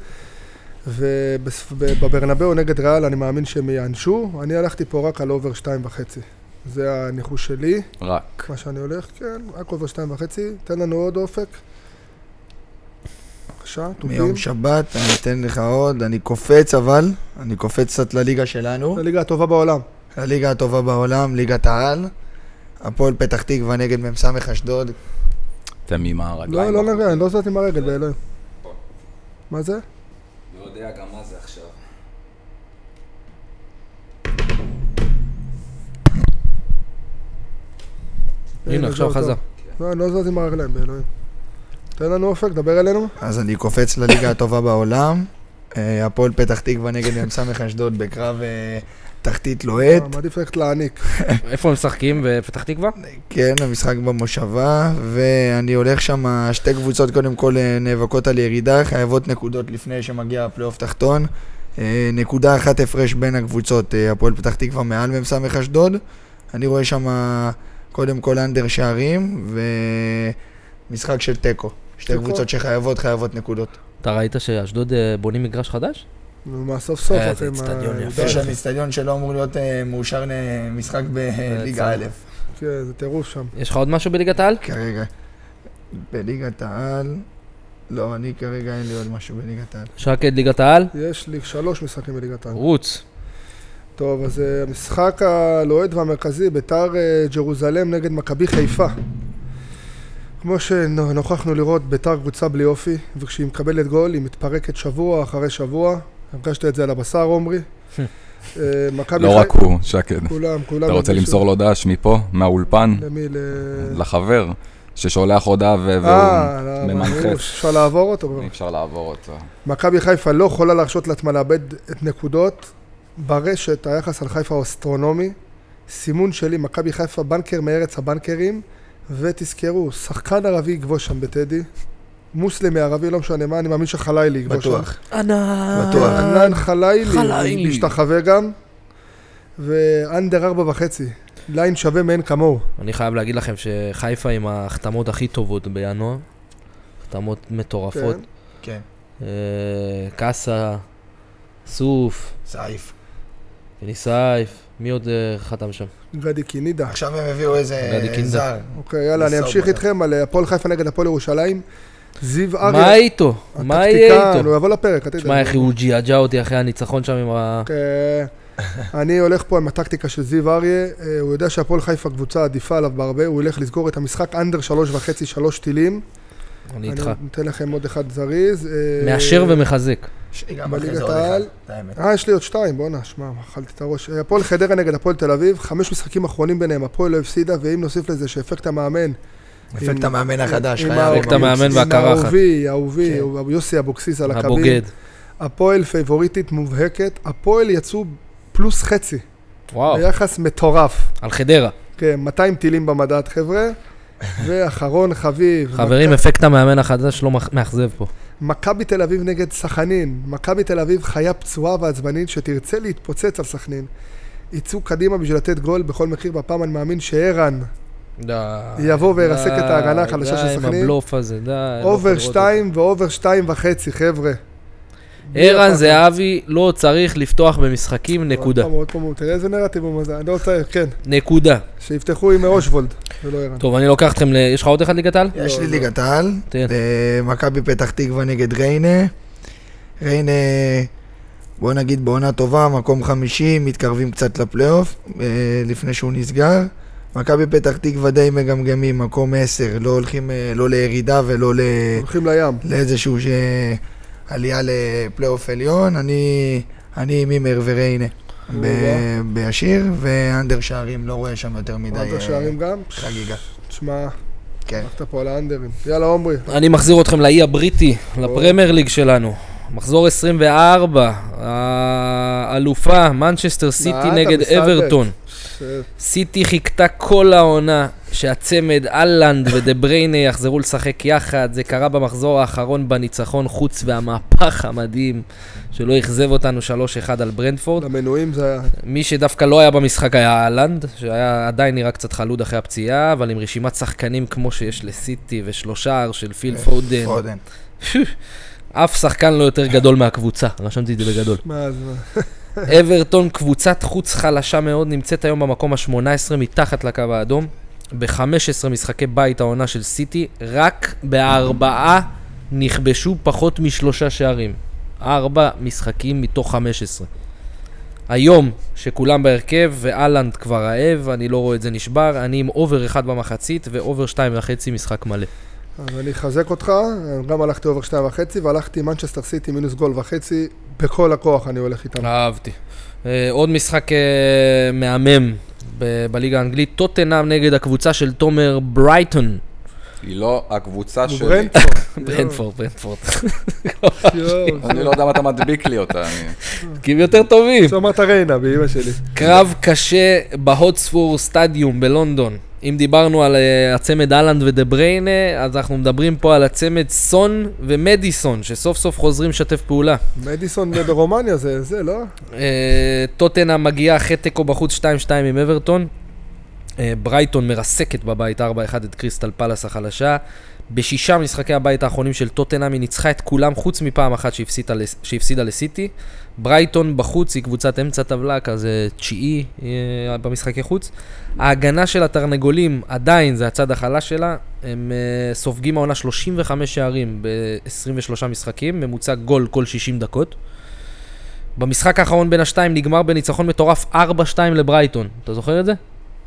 [SPEAKER 2] ובברנבאו נגד ריאל אני מאמין שהם יענשו. אני הלכתי פה רק על אובר 2.5. זה הניחוש שלי.
[SPEAKER 1] רק.
[SPEAKER 2] מה שאני הולך, כן, רק אובר 2.5. תן לנו עוד אופק. בבקשה, טובים.
[SPEAKER 4] מיום שבת, אני אתן לך עוד, אני קופץ קצת לליגה שלנו.
[SPEAKER 2] לליגה הטובה בעולם.
[SPEAKER 4] הליגה הטובה בעולם, ליגת העל. הפועל פתח תקווה נגד מ"ס אשדוד.
[SPEAKER 1] אתם עם הרגליים.
[SPEAKER 2] לא נראה, אני לא זאת עם הרגל באלוהים. מה זה?
[SPEAKER 1] לא יודע גם מה זה עכשיו.
[SPEAKER 3] הנה, עכשיו חזר.
[SPEAKER 2] לא, אני לא זאת עם הרגליים באלוהים. תן לנו אופק, דבר אלינו.
[SPEAKER 4] אז אני קופץ לליגה הטובה בעולם. הפועל פתח תקווה נגד מ"ס אשדוד בקרב תחתית לוהט.
[SPEAKER 2] מעדיף ללכת להעניק.
[SPEAKER 3] איפה הם משחקים בפתח תקווה?
[SPEAKER 4] כן, המשחק במושבה, ואני הולך שם, 2 קבוצות קודם כל נאבקות על ירידה, חייבות נקודות לפני שמגיע הפלייאוף תחתון. נקודה אחת הפרש בין הקבוצות, הפועל פתח תקווה מעל מ"ס אשדוד. אני רואה שם קודם כל אנדר שערים, ומשחק של טקו. 2 קבוצות שחייבות נקודות.
[SPEAKER 3] אתה ראית שאשדוד בונים מגרש חדש?
[SPEAKER 2] נו, מה סוף סוף?
[SPEAKER 3] זה אצטדיון יפה.
[SPEAKER 4] יש שם אצטדיון שלא אמור להיות מאושר למשחק בליגה א'.
[SPEAKER 2] כן, זה טירוף שם.
[SPEAKER 3] יש לך עוד משהו בליגת העל?
[SPEAKER 4] כרגע. בליגת העל... לא, אני כרגע אין לי עוד משהו בליגת העל.
[SPEAKER 3] שקד, ליגת העל?
[SPEAKER 2] יש לי 3 משחקים בליגת העל.
[SPEAKER 3] רוץ.
[SPEAKER 2] טוב, אז המשחק הלוהד והמרכזי, בית"ר ג'רוזלם נגד מכבי חיפה. כמו שנוכחנו לראות, בית"ר קבוצה בלי אופי, וכשהיא מקבלת גול, היא מתפרקת שבוע אחרי שבוע. הרגשת את זה על הבשר, עומרי.
[SPEAKER 1] לא רק הוא, שקד.
[SPEAKER 2] כולם.
[SPEAKER 1] אתה רוצה למסור לו דש מפה, מהאולפן?
[SPEAKER 2] למי?
[SPEAKER 1] לחבר, ששולח הודעה והוא ממנחף.
[SPEAKER 2] אפשר לעבור אותו?
[SPEAKER 1] אי אפשר לעבור אותו.
[SPEAKER 2] מכבי חיפה לא יכולה להרשות לעצמה לאבד את נקודות. ברשת היחס על חיפה אסטרונומי. סימון שלי, מכבי חיפה בנקר מארץ הבנקרים. ותזכרו, שחקן ערבי יגבוש שם בטדי. מוסלמי ערבי, לא משנה מה, אני מאמין שחלילי יגבוש שם.
[SPEAKER 4] בטוח.
[SPEAKER 3] בטוח.
[SPEAKER 2] ענן חלילי. משתחווה גם. ואנדר 4.5. ליין שווה מאין כמוהו.
[SPEAKER 3] אני חייב להגיד לכם שחיפה עם ההחתמות הכי טובות בינואר. החתמות מטורפות.
[SPEAKER 4] כן.
[SPEAKER 3] קאסה, סוף.
[SPEAKER 4] סייף.
[SPEAKER 3] וניסייף. מי עוד חתם שם?
[SPEAKER 2] גדי קינידה.
[SPEAKER 4] עכשיו הם הביאו איזה זר.
[SPEAKER 2] אוקיי, יאללה, אני אמשיך איתכם על הפועל חיפה נגד הפועל ירושלים. זיו אריה.
[SPEAKER 3] מה איתו? מה יהיה איתו?
[SPEAKER 2] הוא יבוא לפרק, אתה יודע.
[SPEAKER 3] שמע, איך הוא ג'יאג'ה אותי אחרי הניצחון שם עם ה...
[SPEAKER 2] אני הולך פה עם הטקטיקה של זיו אריה. הוא יודע שהפועל חיפה קבוצה עדיפה עליו בהרבה. הוא ילך לסגור את המשחק אנדר 3.5, 3 טילים.
[SPEAKER 3] אני איתך.
[SPEAKER 2] אני נותן לכם עוד אחד זריז.
[SPEAKER 3] מאשר ומחזק.
[SPEAKER 2] בליגת העל. יש לי עוד 2, בוא נשמע, אכלתי את הראש. הפועל חדרה נגד הפועל תל אביב, 5 משחקים אחרונים ביניהם, הפועל לא הפסידה, ואם נוסיף לזה שאפקט המאמן.
[SPEAKER 4] אפקט המאמן החדש.
[SPEAKER 3] אפקט המאמן והקרחת.
[SPEAKER 2] האהובי, יוסי אבוקסיס על הקווים.
[SPEAKER 3] הבוגד.
[SPEAKER 2] הפועל פייבוריטית מובהקת, הפועל יצאו פלוס חצי.
[SPEAKER 3] וואו.
[SPEAKER 2] ביחס מטורף.
[SPEAKER 3] על חדרה.
[SPEAKER 2] כן, 200 טילים במדד, חבר'ה. ואחרון חביב.
[SPEAKER 3] חברים, אפקט המאמן החדש לא מאכזב פה.
[SPEAKER 2] מכבי תל אביב נגד סכנין. מכבי תל אביב חיה פצועה ועצבנית שתרצה להתפוצץ על סכנין. יצאו קדימה בשביל לתת גול בכל מחיר. בפעם אני מאמין שערן יבוא וירסק את ההגנה החלשה של סכנין.
[SPEAKER 3] די עם הבלוף הזה, די.
[SPEAKER 2] אובר 2 ואובר 2.5, חבר'ה.
[SPEAKER 3] ערן זהבי לא צריך לפתוח במשחקים, נקודה.
[SPEAKER 2] עוד פעם, תראה איזה נרטיב הוא מזה. אני לא צריך, כן.
[SPEAKER 3] נקודה.
[SPEAKER 2] שיפתחו עם אושוולד, ולא ערן.
[SPEAKER 3] טוב, אני לוקח אתכם, יש לך עוד אחד ליגת העל?
[SPEAKER 4] יש לי ליגת העל. מכבי פתח תקווה נגד ריינה. ריינה, בוא נגיד בעונה טובה, מקום 50, מתקרבים קצת לפלייאוף, לפני שהוא נסגר. מכבי פתח תקווה די מגמגמים, מקום 10, לא הולכים, לא לירידה ולא
[SPEAKER 2] הולכים לים.
[SPEAKER 4] לאיזשהו עלייה לפלייאוף עליון. אני מימר וריינה בישיר, ואנדר שערים, לא רואה שם יותר מדי
[SPEAKER 2] אנדר שערים גם?
[SPEAKER 4] חגיגה.
[SPEAKER 2] תשמע,
[SPEAKER 4] כן.
[SPEAKER 2] הלכת פה על האנדרים. יאללה, עומרי.
[SPEAKER 3] אני מחזיר אתכם לאי הבריטי, לפרמייר ליג שלנו. מחזור 24, האלופה, מנצ'סטר סיטי נגד אברטון. סיטי חיכתה כל העונה שהצמד אלנד ודבריינה יחזרו לשחק יחד. זה קרה במחזור האחרון בניצחון חוץ והמהפך המדהים שלא יחזב אותנו 3-1 על ברנטפורד.
[SPEAKER 2] למנויים זה היה...
[SPEAKER 3] מי שדווקא לא היה במשחק היה אלנד, שהיה עדיין נראה קצת חלוד אחרי הפציעה, אבל עם רשימת שחקנים כמו שיש לסיטי ושלושה של פיל פודן. אף שחקן לא יותר גדול מהקבוצה, רשמתי את זה בגדול.
[SPEAKER 2] מה זה?
[SPEAKER 3] אברטון, קבוצת חוץ חלשה מאוד, נמצאת היום במקום ה-18 מתחת לקו האדום. ב-15 משחקי בית העונה של סיטי, רק ב4 נכבשו פחות מ3 שערים. 4 משחקים מתוך 15. היום, שכולם בהרכב ואלנד כבר רעב, אני לא רואה את זה נשבר, אני עם אובר 1 במחצית ואובר 2.5 משחק מלא.
[SPEAKER 2] אז אני אחזק אותך, גם הלכתי אובר 2.5 והלכתי עם מנצ'סטר סיטי מינוס גול וחצי, בכל הכוח אני הולך איתם.
[SPEAKER 3] אהבתי. עוד משחק מהמם בליגה האנגלית, טוטנהאם נגד הקבוצה של תומר ברייטון.
[SPEAKER 1] היא לא הקבוצה שלי.
[SPEAKER 3] ברנטפורד.
[SPEAKER 1] אני לא יודע מה אתה מדביק לי אותה.
[SPEAKER 3] כי יותר טובים.
[SPEAKER 2] שמעת ריינה באמא שלי.
[SPEAKER 3] קרב קשה בהוטספור סטדיום בלונדון. אם דיברנו על הצמד אלנד ודבריינה, אז אנחנו מדברים פה על הצמד סון ומדיסון, שסוף סוף חוזרים לשתף פעולה.
[SPEAKER 2] מדיסון ברומניה זה, לא?
[SPEAKER 3] טוטנהאם מגיעה אחרי תיקו בחוץ 2-2 עם אברטון. ברייטון מרסקת בבית 4-1 את קריסטל פלאס החלשה. ב6 משחקי הבית האחרונים של טוטנהאם היא ניצחה את כולם חוץ מפעם אחת שהפסידה לסיטי. ברייטון בחוץ היא קבוצת אמצע טבלה, כזה 9 במשחקי חוץ. ההגנה של התרנגולים עדיין זה הצד החלש שלה, הם סופגים העונה 35 שערים ב-23 משחקים, ממוצע גול כל 60 דקות. במשחק האחרון בין השתיים נגמר בניצחון מטורף 4-2 לברייטון, אתה זוכר את זה?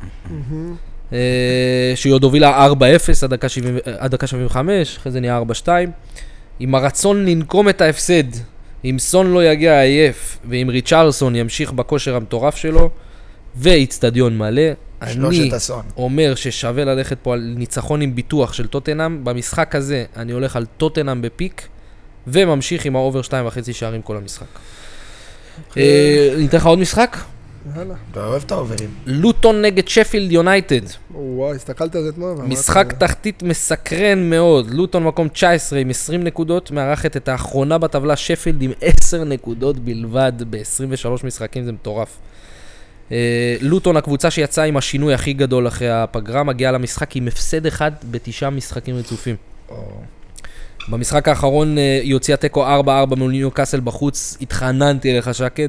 [SPEAKER 3] שהיא עוד הובילה 4-0 עד דקה 75, אחרי זה נהיה 4-2. עם הרצון לנקום את ההפסד, אם סון לא יגיע עייף, ואם ריצ'רסון ימשיך בכושר המטורף שלו, ואיצטדיון מלא, אני אומר ששווה ללכת פה על ניצחון עם ביטוח של טוטנהאם. במשחק הזה אני הולך על טוטנהאם בפיק, וממשיך עם האובר 2.5 שערים כל המשחק. ניתן לך עוד משחק?
[SPEAKER 2] יאללה.
[SPEAKER 4] אתה אוהב את האוברים.
[SPEAKER 3] לוטון נגד שפילד יונייטד.
[SPEAKER 2] וואי, הסתכלת על זה אתמול.
[SPEAKER 3] משחק תחתית מסקרן מאוד. לוטון מקום 19 עם 20 נקודות, מארחת את האחרונה בטבלה שפילד עם 10 נקודות בלבד ב-23 משחקים, זה מטורף. לוטון, הקבוצה שיצאה עם השינוי הכי גדול אחרי הפגרה, מגיעה למשחק עם הפסד אחד ב9 משחקים רצופים. במשחק האחרון היא הוציאה תיקו 4-4 מול ניוקאסל בחוץ, התחננתי אליך שקד.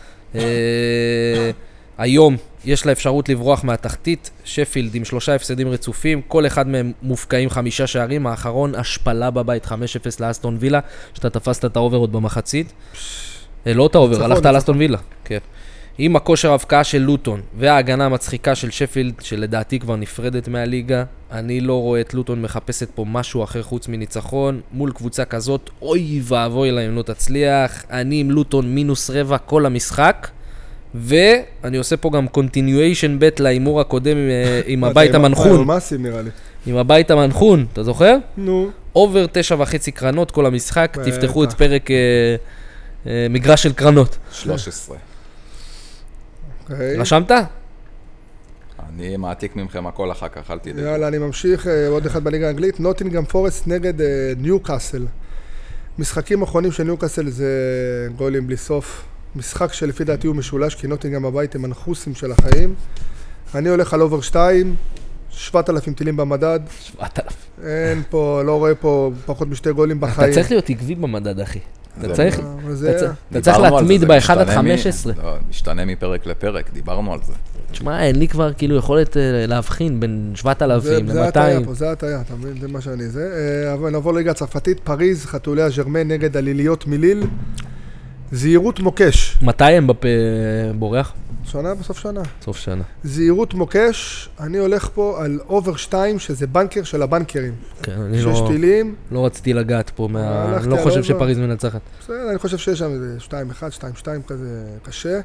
[SPEAKER 3] היום יש לה אפשרות לברוח מהתחתית, שפילד עם 3 הפסדים רצופים, כל אחד מהם מופקעים 5 שערים, האחרון השפלה בבית 5-0 לאסטון וילה, שאתה תפסת את האובר עוד במחצית. לא את האובר, הלכת על אסטון וילה. כן. עם הכושר ההבקעה של לוטון וההגנה המצחיקה של שפילד, שלדעתי כבר נפרדת מהליגה, אני לא רואה את לוטון מחפשת פה משהו אחר חוץ מניצחון, מול קבוצה כזאת, אוי ואבוי לה אם לא תצליח, אני עם לוטון מינוס רבע כל המשחק, ואני עושה פה גם continuation bet לאימור הקודם עם הבית המנחון. עם הבית המנחון, אתה זוכר?
[SPEAKER 2] נו.
[SPEAKER 3] אובר 9.5 קרנות כל המשחק, תפתחו את פרק מגרש של קרנות.
[SPEAKER 1] 13.
[SPEAKER 3] רשמת?
[SPEAKER 1] אני מעתיק ממכם הכל אחר כך, אל תדאגו.
[SPEAKER 2] יאללה, אני ממשיך, עוד אחד בליגה האנגלית, נוטינגהאם פורסט נגד ניוקאסל. משחקים אחרונים של ניוקאסל זה גולים בלי סוף. משחק שלפי דעתי הוא משולש, כי נוטינגהאם הבית הם הנחוסים של החיים. אני הולך על אובר 2, 7,000 טילים במדד.
[SPEAKER 3] 7,000.
[SPEAKER 2] אין פה, לא רואה פה פחות משתי גולים בחיים.
[SPEAKER 3] אתה צריך להיות עקבי במדד, אחי. אתה צריך להתמיד ב-1-15.
[SPEAKER 1] לא, משתנה מפרק לפרק, דיברנו על זה.
[SPEAKER 3] תשמע, אין לי כבר כאילו יכולת להבחין בין 7,000 ל-200.
[SPEAKER 2] זה הטעיה פה, זה הטעיה, אתה מבין? זה מה שאני זה. אבל נעבור ליגה הצרפתית, פריז, חתולי הז'רמן נגד הליליות מליל. זהירות מוקש.
[SPEAKER 3] מתי הם בורח?
[SPEAKER 2] שנה, בסוף שנה.
[SPEAKER 3] סוף שנה.
[SPEAKER 2] זהירות מוקש, אני הולך פה על אובר 2, שזה בנקר של הבנקרים.
[SPEAKER 3] כן, אני לא רציתי לגעת פה, אני לא חושב שפריז מנצחת.
[SPEAKER 2] בסדר, אני חושב שיש שם איזה 2-1, 2-2 כזה קשה.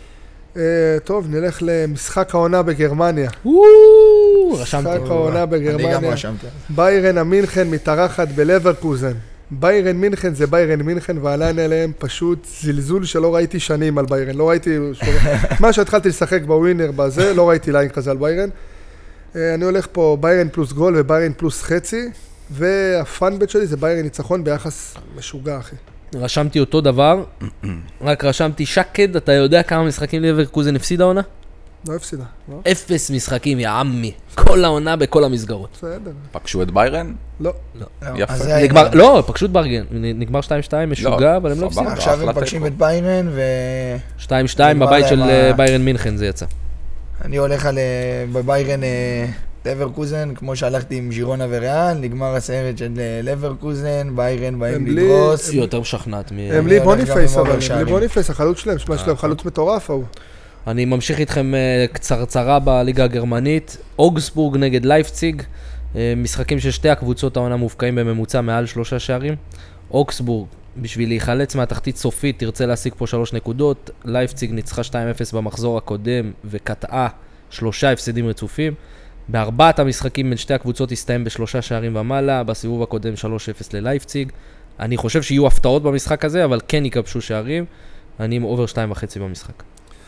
[SPEAKER 2] טוב, נלך למשחק העונה בגרמניה.
[SPEAKER 3] רשמתי.
[SPEAKER 2] משחק העונה בגרמניה.
[SPEAKER 4] אני גם רשמתי.
[SPEAKER 2] ביירן המינכן מתארחת בלברקוזן. ביירן מינכן זה ביירן מינכן, ועליין אליהם פשוט זלזול שלא ראיתי שנים על ביירן. לא ראיתי, מה שהתחלתי לשחק בווינר בזה, לא ראיתי ליין כזה על ביירן. אני הולך פה ביירן פלוס גול וביירן פלוס חצי, והפאנבט שלי זה ביירן ניצחון ביחס משוגע, אחי.
[SPEAKER 3] רשמתי אותו דבר, רק רשמתי שקד, אתה יודע כמה משחקים לברקוזן הפסידה העונה?
[SPEAKER 2] לא הפסידה, לא?
[SPEAKER 3] 0 משחקים, יא עמי. כל העונה בכל המסגרות.
[SPEAKER 2] בסדר.
[SPEAKER 1] פגשו את ביירן?
[SPEAKER 2] לא.
[SPEAKER 1] יפה.
[SPEAKER 3] לא, פגשו את ברגן. נגמר 2-2, משוגע, אבל הם לא הפסידו.
[SPEAKER 4] עכשיו הם פגשים את ביירן ו...
[SPEAKER 3] 2-2 בבית של ביירן מינכן, זה יצא.
[SPEAKER 4] אני הולך על בביירן לברקוזן, כמו שהלכתי עם ז'ירונה וריאל, נגמר הסרט של לברקוזן, ביירן באים לדרוס.
[SPEAKER 3] היא יותר משכנעת מ...
[SPEAKER 2] הם לי בוניפייס, אבל הם לי בוניפייס, החלוץ שלהם, יש להם חלוץ מטורף, ההוא.
[SPEAKER 3] אני ממשיך איתכם קצרצרה בליגה הגרמנית, אוגסבורג נגד לייפציג, משחקים של שתי הקבוצות העונה מופקעים בממוצע מעל 3 שערים. אוגסבורג, בשביל להיחלץ מהתחתית סופית, תרצה להשיג פה 3 נקודות, לייפציג ניצחה 2-0 במחזור הקודם וקטעה 3 הפסדים רצופים. בארבעת המשחקים בין שתי הקבוצות הסתיים ב3 שערים ומעלה, בסיבוב הקודם 3-0 ללייפציג. אני חושב שיהיו הפתעות במשחק הזה, אבל כן יקבשו שערים. אני עם אובר 2.5 במשחק.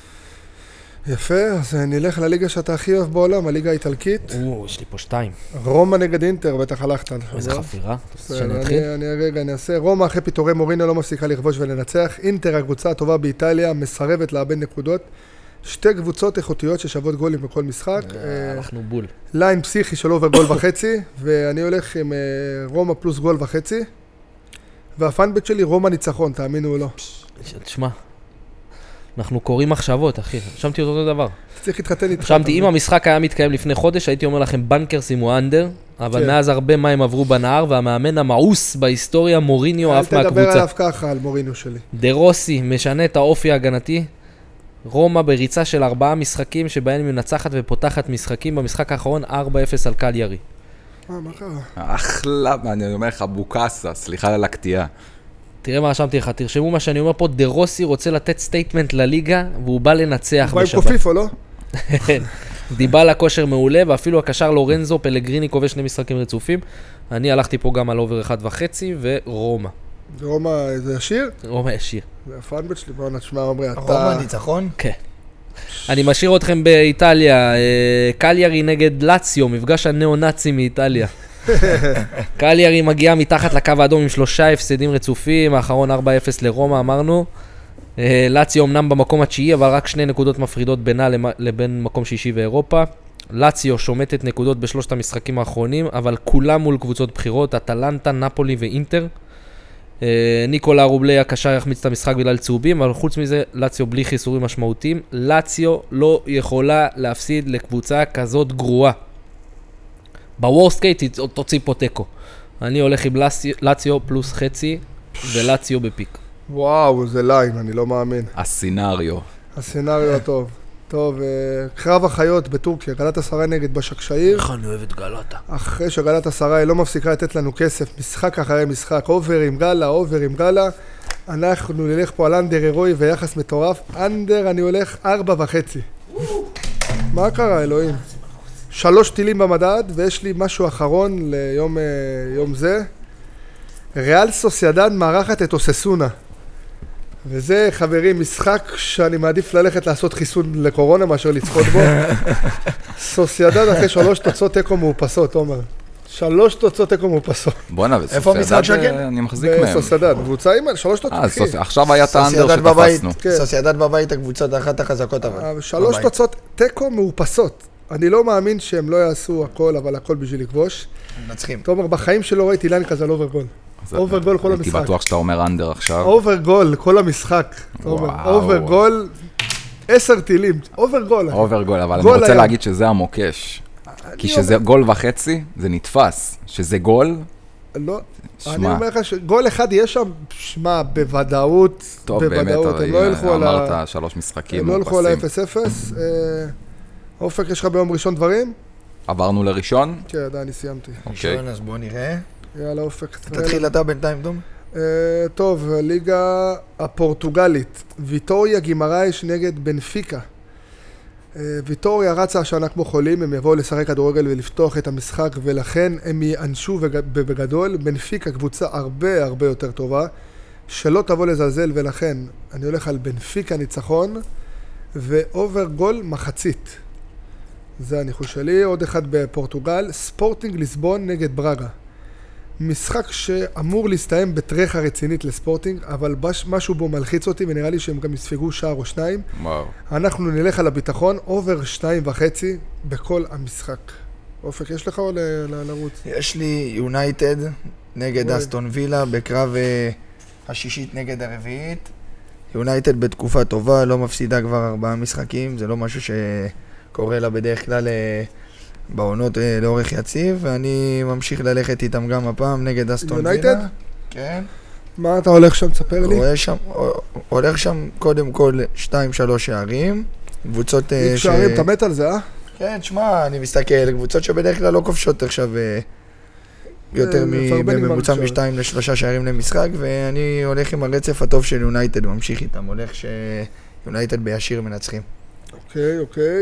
[SPEAKER 2] יפה, אז נלך לליגה שאתה הכי אוהב בעולם, הליגה האיטלקית.
[SPEAKER 3] יש לי פה 2.
[SPEAKER 2] רומא נגד אינטר, בטח הלכת.
[SPEAKER 3] איזה חפירה, שאני אתחיל?
[SPEAKER 2] אני אעשה. רומא אחרי פיטורי מורינו לא מפסיקה לכבוש ולנצח. אינטר, הקבוצה הטובה באיטליה, מסרבת לאבד נקודות. שתי קבוצות איכותיות ששוות גולים בכל משחק.
[SPEAKER 3] אנחנו בול.
[SPEAKER 2] ליין פסיכי של אובר גול וחצי, ואני הולך עם רומא פלוס גול וחצי. והפאנבט שלי רומא ניצחון, תאמינו או לא.
[SPEAKER 3] תשמע, אנחנו קוראים מחשבות, אחי. רשמתי אותו דבר.
[SPEAKER 2] צריך להתחתן איתך.
[SPEAKER 3] רשמתי, אם המשחק היה מתקיים לפני חודש, הייתי אומר לכם בנקר שימו אנדר, אבל
[SPEAKER 2] כן.
[SPEAKER 3] מאז הרבה מים עברו בנהר, והמאמן המעוס בהיסטוריה, מוריניו,
[SPEAKER 2] אל
[SPEAKER 3] עף מהקבוצה.
[SPEAKER 2] תדבר עליו ככה, על מוריניו שלי.
[SPEAKER 3] דה רוסי משנה את האופי ההגנתי. רומא בריצה של 4 משחקים, שבהם היא מנצחת ופותחת משחקים. במשחק האחרון 4-0 על קליארי.
[SPEAKER 2] מה קרה?
[SPEAKER 1] אחלה, אני אומר לך, בוקסה, סליחה על הקטיעה.
[SPEAKER 3] תראה מה רשמתי לך, תרשמו מה שאני אומר פה, דה רוסי רוצה לתת סטייטמנט לליגה, והוא בא לנצח
[SPEAKER 2] הוא בא עם
[SPEAKER 3] בשבת.
[SPEAKER 2] קופיף או לא?
[SPEAKER 3] דיבלה כושר מעולה, ואפילו הקשר לורנזו פלגריני כובש 2 משחקים רצופים. אני הלכתי פה גם על אובר 1.5 ורומא.
[SPEAKER 2] רומא זה ישיר?
[SPEAKER 3] רומא ישיר.
[SPEAKER 2] זה הפאנבט שלי, בואו נשמע, עומרי, אתה...
[SPEAKER 4] רומא ניצחון?
[SPEAKER 3] כן. אני משאיר אתכם באיטליה, קליארי נגד לציו, מפגש הנאו-נאצי מאיטליה. קליארי מגיעה מתחת לקו האדום עם 3 הפסדים רצופים, האחרון 4-0 לרומא אמרנו. לציו אמנם במקום התשיעי, אבל רק 2 נקודות מפרידות בינה לבין מקום שישי באירופה. לציו שומטת נקודות בשלושת המשחקים האחרונים, אבל כולם מול קבוצות בחירות, אטלנטה, נפולי ואינטר. ניקולה רובלי הקשר יחמיץ את המשחק בגלל צהובים, אבל חוץ מזה, לציו בלי חיסורים משמעותיים. לציו לא יכולה להפסיד לקבוצה כזאת גרועה. בוורסט קייט תוציא פה טקו. אני הולך עם לציו פלוס חצי, ולציו בפיק.
[SPEAKER 2] וואו, זה ליין, אני לא מאמין.
[SPEAKER 1] הסינריו.
[SPEAKER 2] הסצנריו הטוב. טוב, קרב החיות בטורקיה, גלת הסראי נגד בשקשאיר.
[SPEAKER 3] איך אני אוהב את גלתה.
[SPEAKER 2] אחרי שגלת הסראי לא מפסיקה לתת לנו כסף, משחק אחרי משחק, אובר עם גלה, אובר עם גלה. אנחנו נלך פה על אנדר הירואי ויחס מטורף. אנדר אני הולך 4.5. מה קרה, אלוהים? 3 טילים במדד, ויש לי משהו אחרון ליום זה. ריאל סוסיידד מארחת את אוססונה. וזה, חברים, משחק שאני מעדיף ללכת לעשות חיסון לקורונה מאשר לצפות בו. סוסיידד אחרי 3 תוצאות תיקו מאופסות, עומר. 3 תוצאות תיקו מאופסות.
[SPEAKER 1] בוא'נה,
[SPEAKER 4] איפה המשחק
[SPEAKER 1] וסוסיידד
[SPEAKER 4] שקט?
[SPEAKER 1] אני מחזיק מהם.
[SPEAKER 2] בסוסיידד, קבוצה עם 3 תוצאות, אחי.
[SPEAKER 1] עכשיו היה את האנדר
[SPEAKER 4] סוסיידד בבית,
[SPEAKER 1] שתפסנו.
[SPEAKER 2] כן.
[SPEAKER 4] סוסיידד בבית הקבוצות אחת החזקות אבל.
[SPEAKER 2] 3
[SPEAKER 4] בבית.
[SPEAKER 2] תוצאות תיקו מאופסות. אני לא מאמין שהם לא יעשו הכל, אבל הכל בשביל לכבוש.
[SPEAKER 4] מנצחים.
[SPEAKER 2] תומר, בחיים שלא ראיתי ליין כזה על אובר-גול. אובר-גול כל
[SPEAKER 1] הייתי
[SPEAKER 2] המשחק.
[SPEAKER 1] בטוח שאתה אומר אנדר עכשיו.
[SPEAKER 2] אובר-גול כל המשחק. תומר,
[SPEAKER 1] וואו.
[SPEAKER 2] אובר-גול 10 טילים. אובר-גול.
[SPEAKER 1] אובר-גול, אבל אני
[SPEAKER 2] גול
[SPEAKER 1] רוצה
[SPEAKER 2] היה.
[SPEAKER 1] להגיד שזה המוקש. כי שזה גול וחצי, זה נתפס. שזה גול,
[SPEAKER 2] לא, אני
[SPEAKER 1] שמע,
[SPEAKER 2] אומר לך שגול אחד יהיה שם, שמע, בוודאות,
[SPEAKER 1] טוב באמת,
[SPEAKER 2] בוודאות, הם לא ילכו על
[SPEAKER 1] אמרת 3 משחקים
[SPEAKER 2] הם לא ילכו על
[SPEAKER 1] מאופסים.
[SPEAKER 2] ה-0-0. אופק, יש לך ביום ראשון דברים?
[SPEAKER 1] עברנו לראשון?
[SPEAKER 2] כן, עדיין, אני סיימתי.
[SPEAKER 1] אוקיי.
[SPEAKER 4] ראשון, אז בוא נראה.
[SPEAKER 2] יאללה, אופק.
[SPEAKER 4] תתחיל אתה בינתיים, דום.
[SPEAKER 2] טוב, הליגה הפורטוגלית, ויטוריה גימרייש נגד בנפיקה. ויטוריה רצה השנה כמו חולים, הם יבואו לשחק כדורגל ולפתוח את המשחק, ולכן הם יענשו בגדול. בנפיקה קבוצה הרבה הרבה יותר טובה, שלא תבוא לזלזל, ולכן אני הולך על בנפיקה ניצחון, ואובר גול מחצית. זה הניחוש שלי. עוד אחד בפורטוגל, ספורטינג ליסבון נגד ברגה. משחק שאמור להסתיים בטרחה רצינית לספורטינג, אבל משהו בו מלחיץ אותי, ונראה לי שהם גם יספגו שער או 2.
[SPEAKER 1] וואו.
[SPEAKER 2] אנחנו נלך על הביטחון, אובר 2.5 בכל המשחק. אופק, יש לך או לרוץ?
[SPEAKER 4] יש לי יונייטד נגד
[SPEAKER 2] אוי.
[SPEAKER 4] אסטון וילה בקרב השישית נגד הרביעית. יונייטד בתקופה טובה, לא מפסידה כבר 4 משחקים, זה לא משהו שקורה לה בדרך כלל בעונות לאורך יציב, ואני ממשיך ללכת איתם גם הפעם נגד אסטון וילה.
[SPEAKER 2] יונייטד?
[SPEAKER 4] כן.
[SPEAKER 2] מה אתה הולך שם? תספר לי.
[SPEAKER 4] הולך שם קודם כל 2-3 שערים. קבוצות
[SPEAKER 2] שערים, אתה מת על זה, אה?
[SPEAKER 4] כן, תשמע, אני מסתכל, קבוצות שבדרך כלל לא כובשות עכשיו יותר מממוצע מ2 ל3 שערים למשחק, ואני הולך עם הרצף הטוב של יונייטד, ממשיך איתם, הולך שיונייטד בישיר מנצחים.
[SPEAKER 2] אוקיי.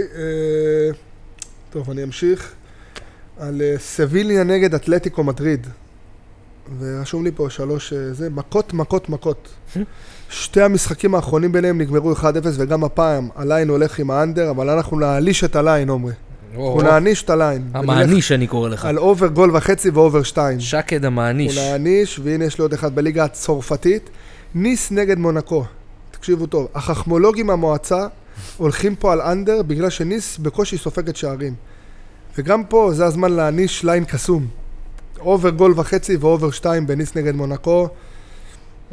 [SPEAKER 2] טוב, אני אמשיך על סביליה נגד אתלטיקו מדריד. ורשום לי פה 3, מכות. 2 המשחקים האחרונים ביניהם נגמרו 1-0, וגם הפעם הליין הולך עם האנדר, אבל אנחנו נעניש את הליין, עומרי. אנחנו נעניש את הליין.
[SPEAKER 3] המעניש אני קורא לך.
[SPEAKER 2] על אובר גול וחצי ואובר 2.
[SPEAKER 3] שקד המעניש.
[SPEAKER 2] הוא נעניש, והנה יש לי עוד אחד בליגה הצרפתית. ניס נגד מונקו. תקשיבו טוב, החכמולוגים מהמועצה הולכים פה על אנדר, בגלל שניס בקושי סופגת שערים. וגם פה זה הזמן להעניש ליין קסום. אובר גול וחצי ואובר 2 בניס נגד מונקו.